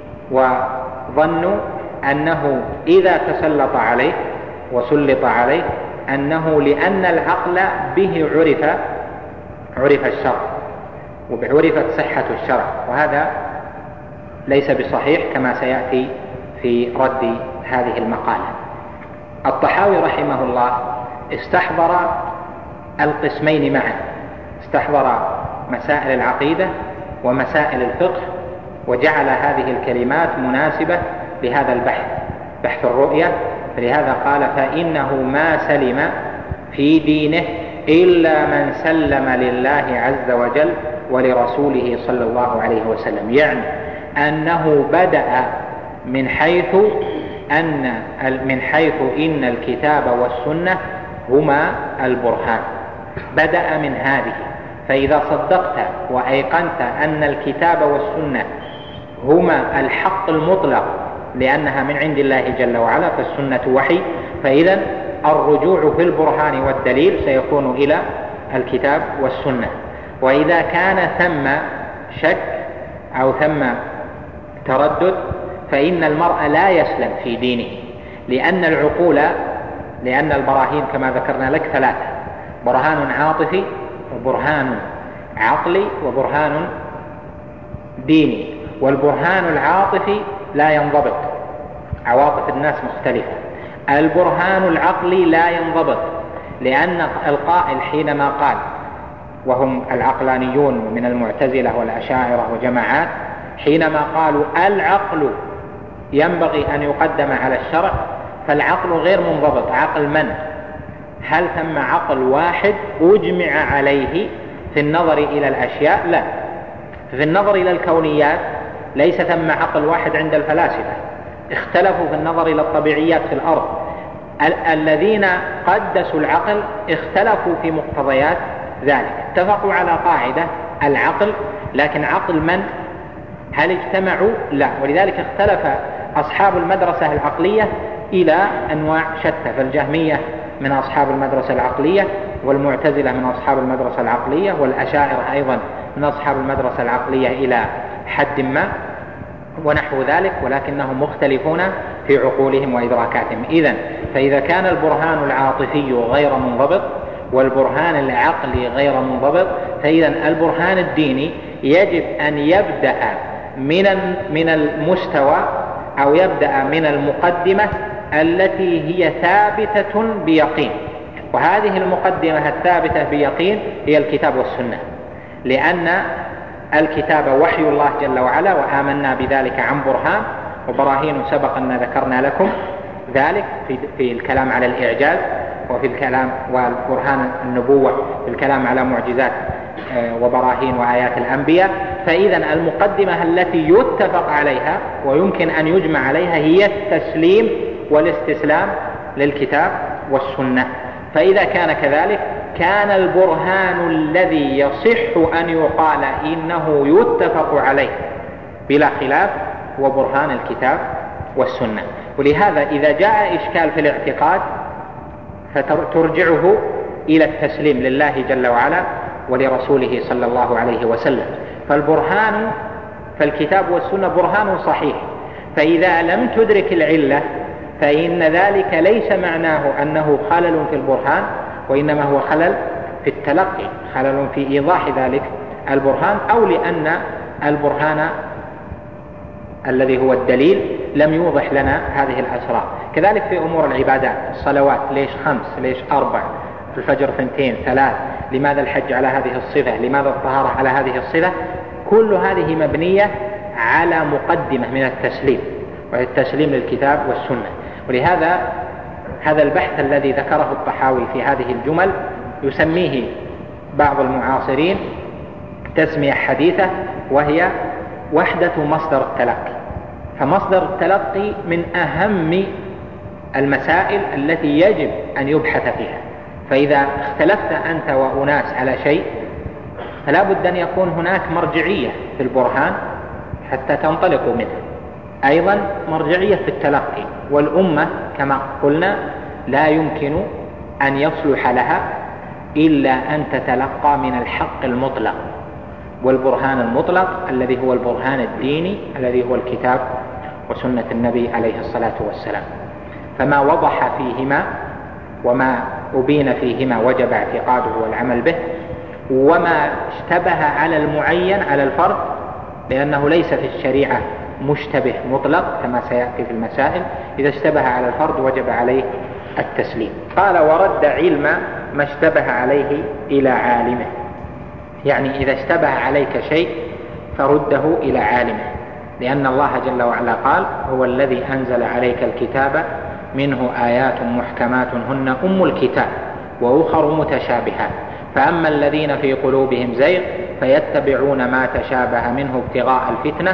وظنوا أنه إذا تسلط عليه وسلط عليه أنه لأن العقل به عرف عرف الشرع وعرفت صحة الشرع، وهذا ليس بصحيح كما سيأتي في رد هذه المقالة. الطحاوي رحمه الله استحضر القسمين معا، استحضر مسائل العقيدة ومسائل الفقه، وجعل هذه الكلمات مناسبة لهذا البحث، بحث الرؤية. فلهذا قال: فإنه ما سلم في دينه إلا من سلم لله عز وجل ولرسوله صلى الله عليه وسلم. يعني أنه بدأ من حيث أن من حيث إن الكتاب والسنة هما البرهان، بدأ من هذه. فإذا صدقت وأيقنت أن الكتاب والسنة هما الحق المطلق لأنها من عند الله جل وعلا، فالسنة وحي، فإذا الرجوع في البرهان والدليل سيكون إلى الكتاب والسنة. وإذا كان ثم شك أو ثم تردد فإن المرء لا يسلم في دينه، لأن العقول لأن البراهين كما ذكرنا لك ثلاثة: برهان عاطفي، وبرهان عقلي، وبرهان ديني. والبرهان العاطفي لا ينضبط، عواطف الناس مختلفة. البرهان العقلي لا ينضبط، لأن القائل حينما قال، وهم العقلانيون من المعتزلة والأشاعرة وجماعات، حينما قالوا العقل ينبغي أن يقدم على الشرع، فالعقل غير منضبط. عقل من؟ هل ثم عقل واحد أجمع عليه في النظر إلى الأشياء؟ لا. في النظر إلى الكونيات ليس ثم عقل واحد عند الفلاسفة، اختلفوا في النظر إلى الطبيعيات في الأرض. ال- الذين قدسوا العقل اختلفوا في مقتضيات ذلك، اتفقوا على قاعدة العقل، لكن عقل من؟ هل اجتمعوا؟ لا. ولذلك اختلف أصحاب المدرسة العقلية إلى أنواع شتى، فالجهمية من أصحاب المدرسة العقلية، والمعتزلة من أصحاب المدرسة العقلية، والأشاعرة أيضا من أصحاب المدرسة العقلية إلى حد ما ونحو ذلك، ولكنهم مختلفون في عقولهم وإدراكاتهم. إذن فإذا كان البرهان العاطفي غير منضبط والبرهان العقلي غير منضبط، فإذن البرهان الديني يجب أن يبدأ من من المستوى أو يبدأ من المقدمة التي هي ثابتة بيقين، وهذه المقدمة الثابتة بيقين هي الكتاب والسنة، لأن الكتاب وحي الله جل وعلا، وآمنا بذلك عن برهان، وبراهين سبق أن ذكرنا لكم ذلك في, في الكلام على الإعجاز، وفي الكلام والبرهان النبوة في الكلام على معجزات وبراهين وآيات الأنبياء. فإذا المقدمة التي يتفق عليها ويمكن أن يجمع عليها هي التسليم والاستسلام للكتاب والسنة. فإذا كان كذلك كان البرهان الذي يصح أن يقال إنه يتفق عليه بلا خلاف هو برهان الكتاب والسنة. ولهذا إذا جاء إشكال في الاعتقاد فترجعه إلى التسليم لله جل وعلا ولرسوله صلى الله عليه وسلم. فالبرهان فالكتاب والسنة برهان صحيح، فإذا لم تدرك العلة فإن ذلك ليس معناه أنه خلل في البرهان، وإنما هو خلل في التلقي، خلل في إيضاح ذلك البرهان، أو لأن البرهان الذي هو الدليل لم يوضح لنا هذه الأسرار. كذلك في أمور العبادات، الصلوات ليش خمس، ليش أربع، الفجر ثنتين ثلاث، لماذا الحج على هذه الصفة، لماذا الطهارة على هذه الصفة، كل هذه مبنية على مقدمة من التسليم، والتسليم للكتاب والسنة. ولهذا هذا البحث الذي ذكره الطحاوي في هذه الجمل يسميه بعض المعاصرين تسمية حديثة، وهي وحدة مصدر التلقي. فمصدر التلقي من أهم المسائل التي يجب أن يبحث فيها. فإذا اختلفت أنت وأناس على شيء فلا بد أن يكون هناك مرجعية في البرهان حتى تنطلقوا منه، أيضا مرجعية في التلقي. والأمة كما قلنا لا يمكن أن يصلح لها إلا أن تتلقى من الحق المطلق والبرهان المطلق الذي هو البرهان الديني الذي هو الكتاب وسنة النبي عليه الصلاة والسلام. فما وضح فيهما وما أبين فيهما وجب اعتقاده والعمل به، وما اشتبه على المعين على الفرد، لأنه ليس في الشريعة مشتبه مطلق كما سيأتي في المسائل، إذا اشتبه على الفرد وجب عليه التسليم. قال ورد علم ما اشتبه عليه إلى عالمه، يعني إذا اشتبه عليك شيء فرده إلى عالمه، لأن الله جل وعلا قال هو الذي أنزل عليك الكتاب منه آيات محكمات هن أم الكتاب وأخر متشابهات، فأما الذين في قلوبهم زيغ فيتبعون ما تشابه منه ابتغاء الفتنة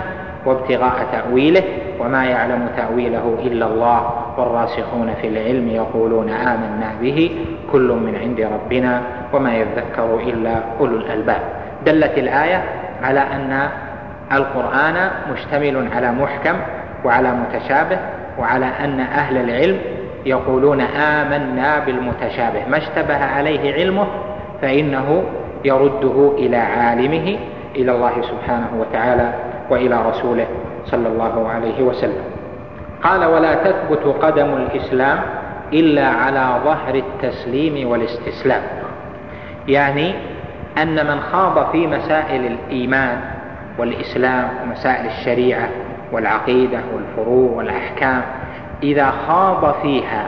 وابتغاء تأويله وما يعلم تأويله إلا الله والراسخون في العلم يقولون آمنا به كل من عند ربنا وما يذكر إلا أولو الألباب. دلت الآية على أن القرآن مشتمل على محكم وعلى متشابه، وعلى أن أهل العلم يقولون آمنا بالمتشابه، ما اشتبه عليه علمه فإنه يرده إلى عالمه، إلى الله سبحانه وتعالى وإلى رسوله صلى الله عليه وسلم. قال: ولا تثبت قدم الإسلام إلا على ظهر التسليم والاستسلام، يعني أن من خاض في مسائل الإيمان والإسلام ومسائل الشريعة والعقيدة والفروع والأحكام، إذا خاض فيها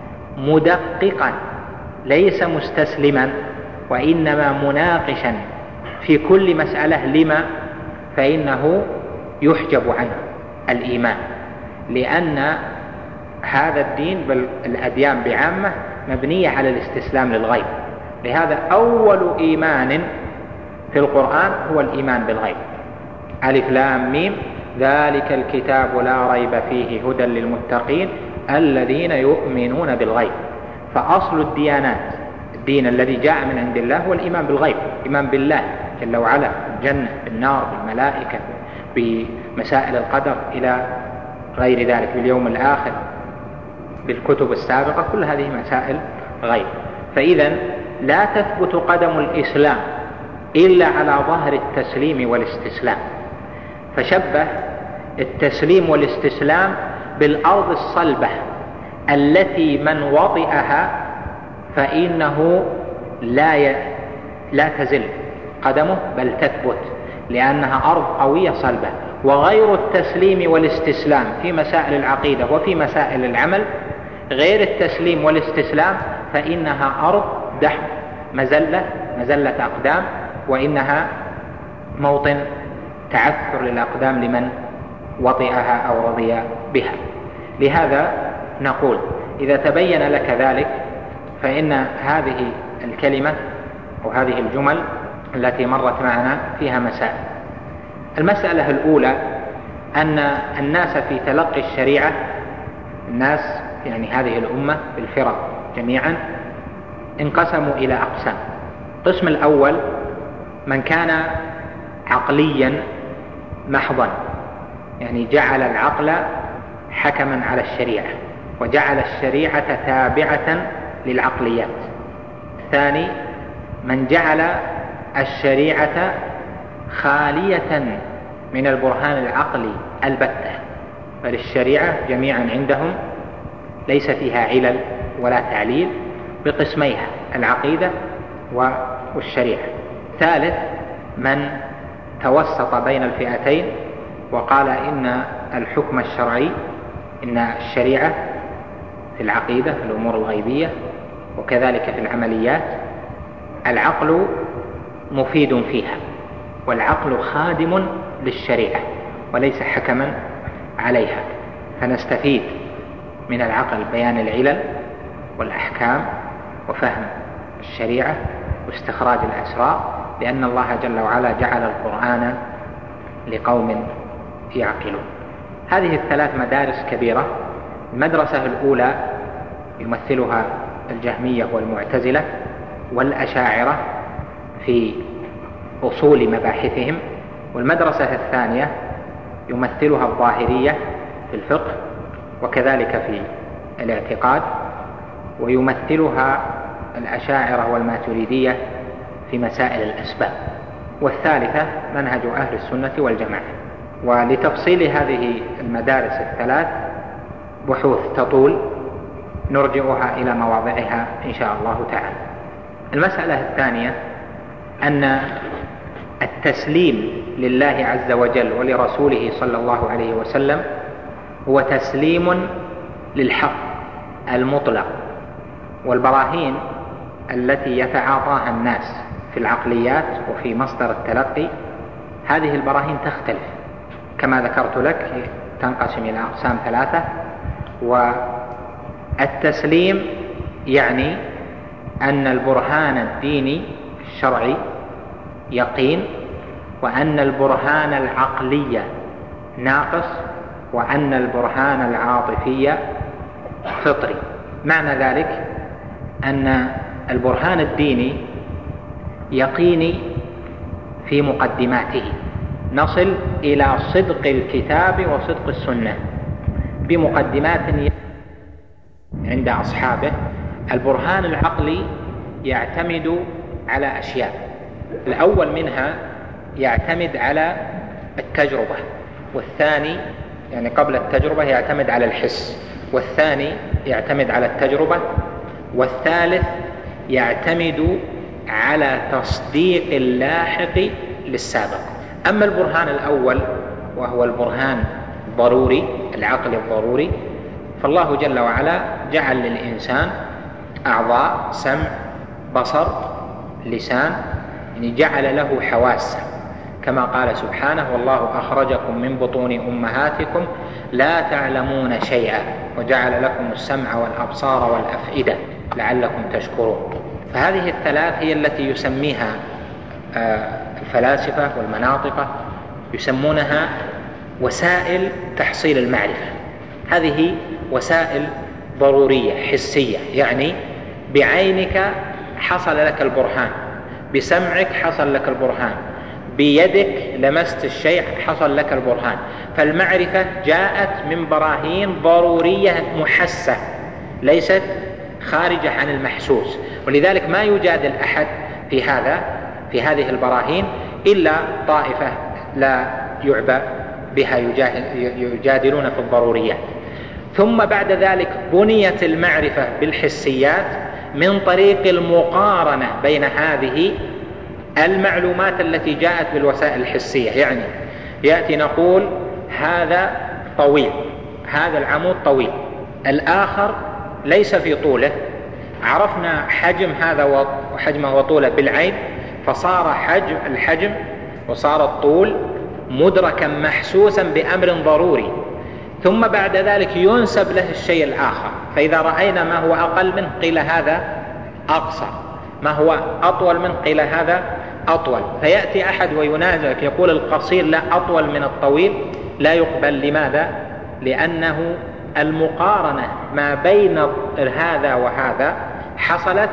مدققا ليس مستسلما وإنما مناقشا في كل مسألة لما، فإنه يحجب عنه الإيمان، لأن هذا الدين بل الأديان بعامة مبنية على الاستسلام للغيب. لهذا أول إيمان في القرآن هو الإيمان بالغيب. ألف لام ميم ذلك الكتاب لا ريب فيه هدى للمتقين الذين يؤمنون بالغيب. فأصل الديانات الدين الذي جاء من عند الله هو الإيمان بالغيب، الإيمان بالله جل وعلا، بالجنة، بالنار، بالملائكة، بمسائل القدر إلى غير ذلك، باليوم الآخر، بالكتب السابقة، كل هذه مسائل غيب. فإذا لا تثبت قدم الإسلام إلا على ظهر التسليم والاستسلام، فشبه التسليم والاستسلام بالأرض الصلبة التي من وطئها فإنه لا ي... لا تزل قدمه بل تثبت، لأنها أرض قوية صلبة. وغير التسليم والاستسلام في مسائل العقيدة وفي مسائل العمل، غير التسليم والاستسلام فإنها أرض دحم مزلة مزلة أقدام، وإنها موطن تعثر للأقدام لمن وطئها أو رضي بها. لهذا نقول إذا تبين لك ذلك فإن هذه الكلمة أو هذه الجمل التي مرت معنا فيها مسائل. المسألة الأولى أن الناس في تلقي الشريعة، الناس يعني هذه الأمة بالفرق جميعا، انقسموا إلى أقسام. القسم الأول من كان عقليا محضا، يعني جعل العقل حكما على الشريعة وجعل الشريعة تابعة للعقليات. الثاني من جعل الشريعة خالية من البرهان العقلي البتة، بل الشريعة جميعا عندهم ليس فيها علل ولا تعليل بقسميها العقيدة والشريعة. ثالث من توسط بين الفئتين وقال إن الحكم الشرعي، إن الشريعة في العقيدة في الأمور الغيبية وكذلك في العمليات العقل مفيد فيها، والعقل خادم للشريعة وليس حكما عليها، فنستفيد من العقل بيان العلل والأحكام وفهم الشريعة واستخراج الأسرار، لأن الله جل وعلا جعل القرآن لقوم يعقلون. هذه الثلاث مدارس كبيرة. المدرسة الأولى يمثلها الجهمية والمعتزلة والأشاعرة في أصول مباحثهم، والمدرسة الثانية يمثلها الظاهرية في الفقه وكذلك في الاعتقاد، ويمثلها الأشاعرة والماتريدية في مسائل الأسباب، والثالثة منهج أهل السنة والجماعة. ولتفصيل هذه المدارس الثلاث بحوث تطول نرجعها إلى مواضعها إن شاء الله تعالى. المسألة الثانية أن التسليم لله عز وجل ولرسوله صلى الله عليه وسلم هو تسليم للحق المطلق، والبراهين التي يتعاطاها الناس في العقليات وفي مصدر التلقي هذه البراهين تختلف كما ذكرت لك، تنقسم إلى أقسام ثلاثة. والتسليم يعني أن البرهان الديني الشرعي يقين، وأن البرهان العقلي ناقص وأن البرهان العاطفي فطري. معنى ذلك أن البرهان الديني يقيني في مقدماته، نصل إلى صدق الكتاب وصدق السنة بمقدمات عند أصحابه. البرهان العقلي يعتمد على أشياء، الأول منها يعتمد على التجربة، والثاني يعني قبل التجربة يعتمد على الحس، والثاني يعتمد على التجربة، والثالث يعتمد على تصديق اللاحق للسابق. أما البرهان الأول وهو البرهان الضروري العقل الضروري، فالله جل وعلا جعل للإنسان أعضاء سمع بصر لسان، يعني جعل له حواسا كما قال سبحانه: والله أخرجكم من بطون أمهاتكم لا تعلمون شيئا وجعل لكم السمع والأبصار والأفئدة لعلكم تشكرون. فهذه الثلاث هي التي يسميها الفلاسفة والمناطقة يسمونها وسائل تحصيل المعرفة. هذه وسائل ضرورية حسية، يعني بعينك حصل لك البرهان، بسمعك حصل لك البرهان، بيدك لمست الشيء حصل لك البرهان. فالمعرفة جاءت من براهين ضرورية محسة ليست خارجة عن المحسوس، ولذلك ما يجادل أحد في هذا في هذه البراهين إلا طائفة لا يعبأ بها يجادلون في الضروريات. ثم بعد ذلك بنيت المعرفة بالحسيات من طريق المقارنة بين هذه المعلومات التي جاءت بالوسائل الحسية. يعني يأتي نقول هذا طويل، هذا العمود طويل، الآخر ليس في طوله، عرفنا حجم هذا وحجمه وطوله بالعين، فصار حجم الحجم وصار الطول مدركا محسوسا بأمر ضروري. ثم بعد ذلك ينسب له الشيء الآخر، فإذا رأينا ما هو أقل منه قيل هذا أقصر، ما هو أطول منه قيل هذا أطول. فيأتي أحد وينازعك يقول القصير لا أطول من الطويل، لا يقبل. لماذا؟ لأنه المقارنة ما بين هذا وهذا حصلت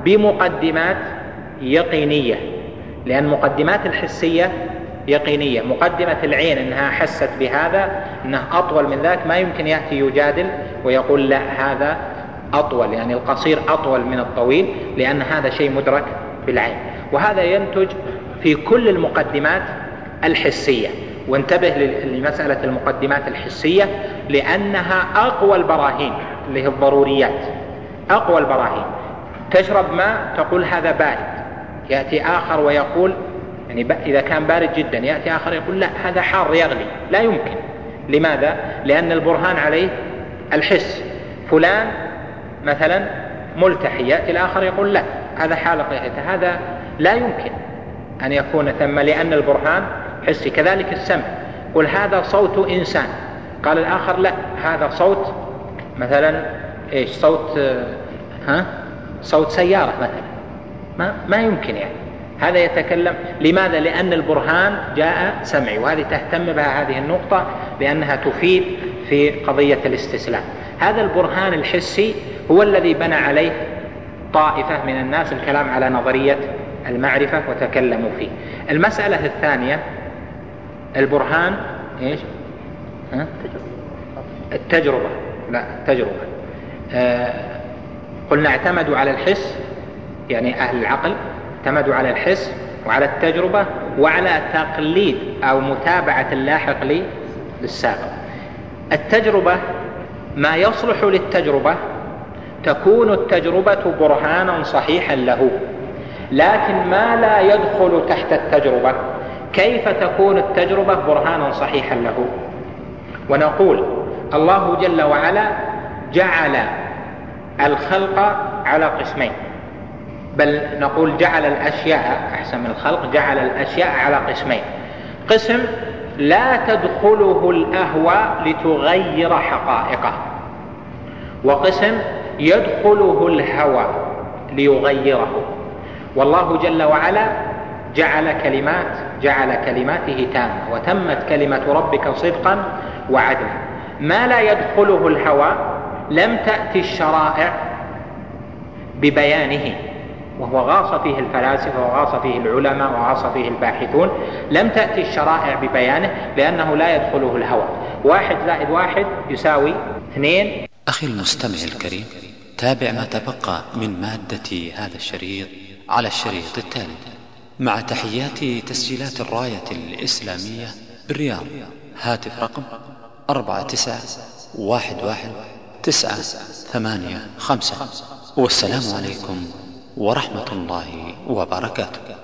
بمقدمات يقينية، لأن مقدمات الحسية يقينية. مقدمة العين أنها حست بهذا أنه أطول من ذاك، ما يمكن يأتي يجادل ويقول لا هذا أطول، يعني القصير أطول من الطويل، لأن هذا شيء مدرك بالعين. وهذا ينتج في كل المقدمات الحسية. وانتبه لمسألة المقدمات الحسية لأنها أقوى البراهين اللي هي الضروريات، أقوى البراهين. تشرب ماء تقول هذا بارد، يأتي آخر ويقول يعني إذا كان بارد جدا يأتي آخر يقول لا هذا حار يغلي. لا يمكن. لماذا؟ لأن البرهان عليه الحس. فلان مثلا ملتحي، يأتي الآخر يقول لا هذا حالق لحيته، هذا لا يمكن أن يكون ثم، لأن البرهان حسي. كذلك السمع، قل هذا صوت إنسان، قال الآخر لا هذا صوت مثلا إيش صوت ها صوت سيارة مثلا، ما ما يمكن يعني هذا يتكلم. لماذا؟ لأن البرهان جاء سمعي، وهذه تهتم بها هذه النقطة لأنها تفيد في قضية الاستسلام. هذا البرهان الحسي هو الذي بنى عليه طائفة من الناس الكلام على نظرية المعرفة وتكلموا فيه. المسألة الثانية البرهان إيش؟ ها؟ التجربة. لا التجربة آه قلنا اعتمدوا على الحس، يعني أهل العقل اعتمدوا على الحس وعلى التجربة وعلى تقليد أو متابعة اللاحق للسابق. التجربة ما يصلح للتجربة تكون التجربة برهانا صحيحا له، لكن ما لا يدخل تحت التجربة كيف تكون التجربة برهانا صحيحا له؟ ونقول الله جل وعلا جعل الخلق على قسمين، بل نقول جعل الأشياء أحسن من الخلق، جعل الأشياء على قسمين. قسم لا تدخله الأهواء لتغير حقائقه، وقسم يدخله الهوى ليغيره. والله جل وعلا جعل كلمات جعل كلماته تامة، وتمت كلمة ربك صدقا وعدلا. ما لا يدخله الهوى لم تأتي الشرائع ببيانه، وهو غاص فيه الفلاسفة وغاص فيه العلماء وغاص فيه الباحثون. لم تأتي الشرائع ببيانه لأنه لا يدخله الهوى. واحد زائد واحد يساوي اثنين. أخي المستمع الكريم، تابع ما تبقى من مادة هذا الشريط على الشريط التالي، مع تحيات تسجيلات الراية الإسلامية بالرياض. هاتف رقم أربعة تسعة واحد واحد تسعة ثمانية خمسة. والسلام عليكم ورحمة الله وبركاته.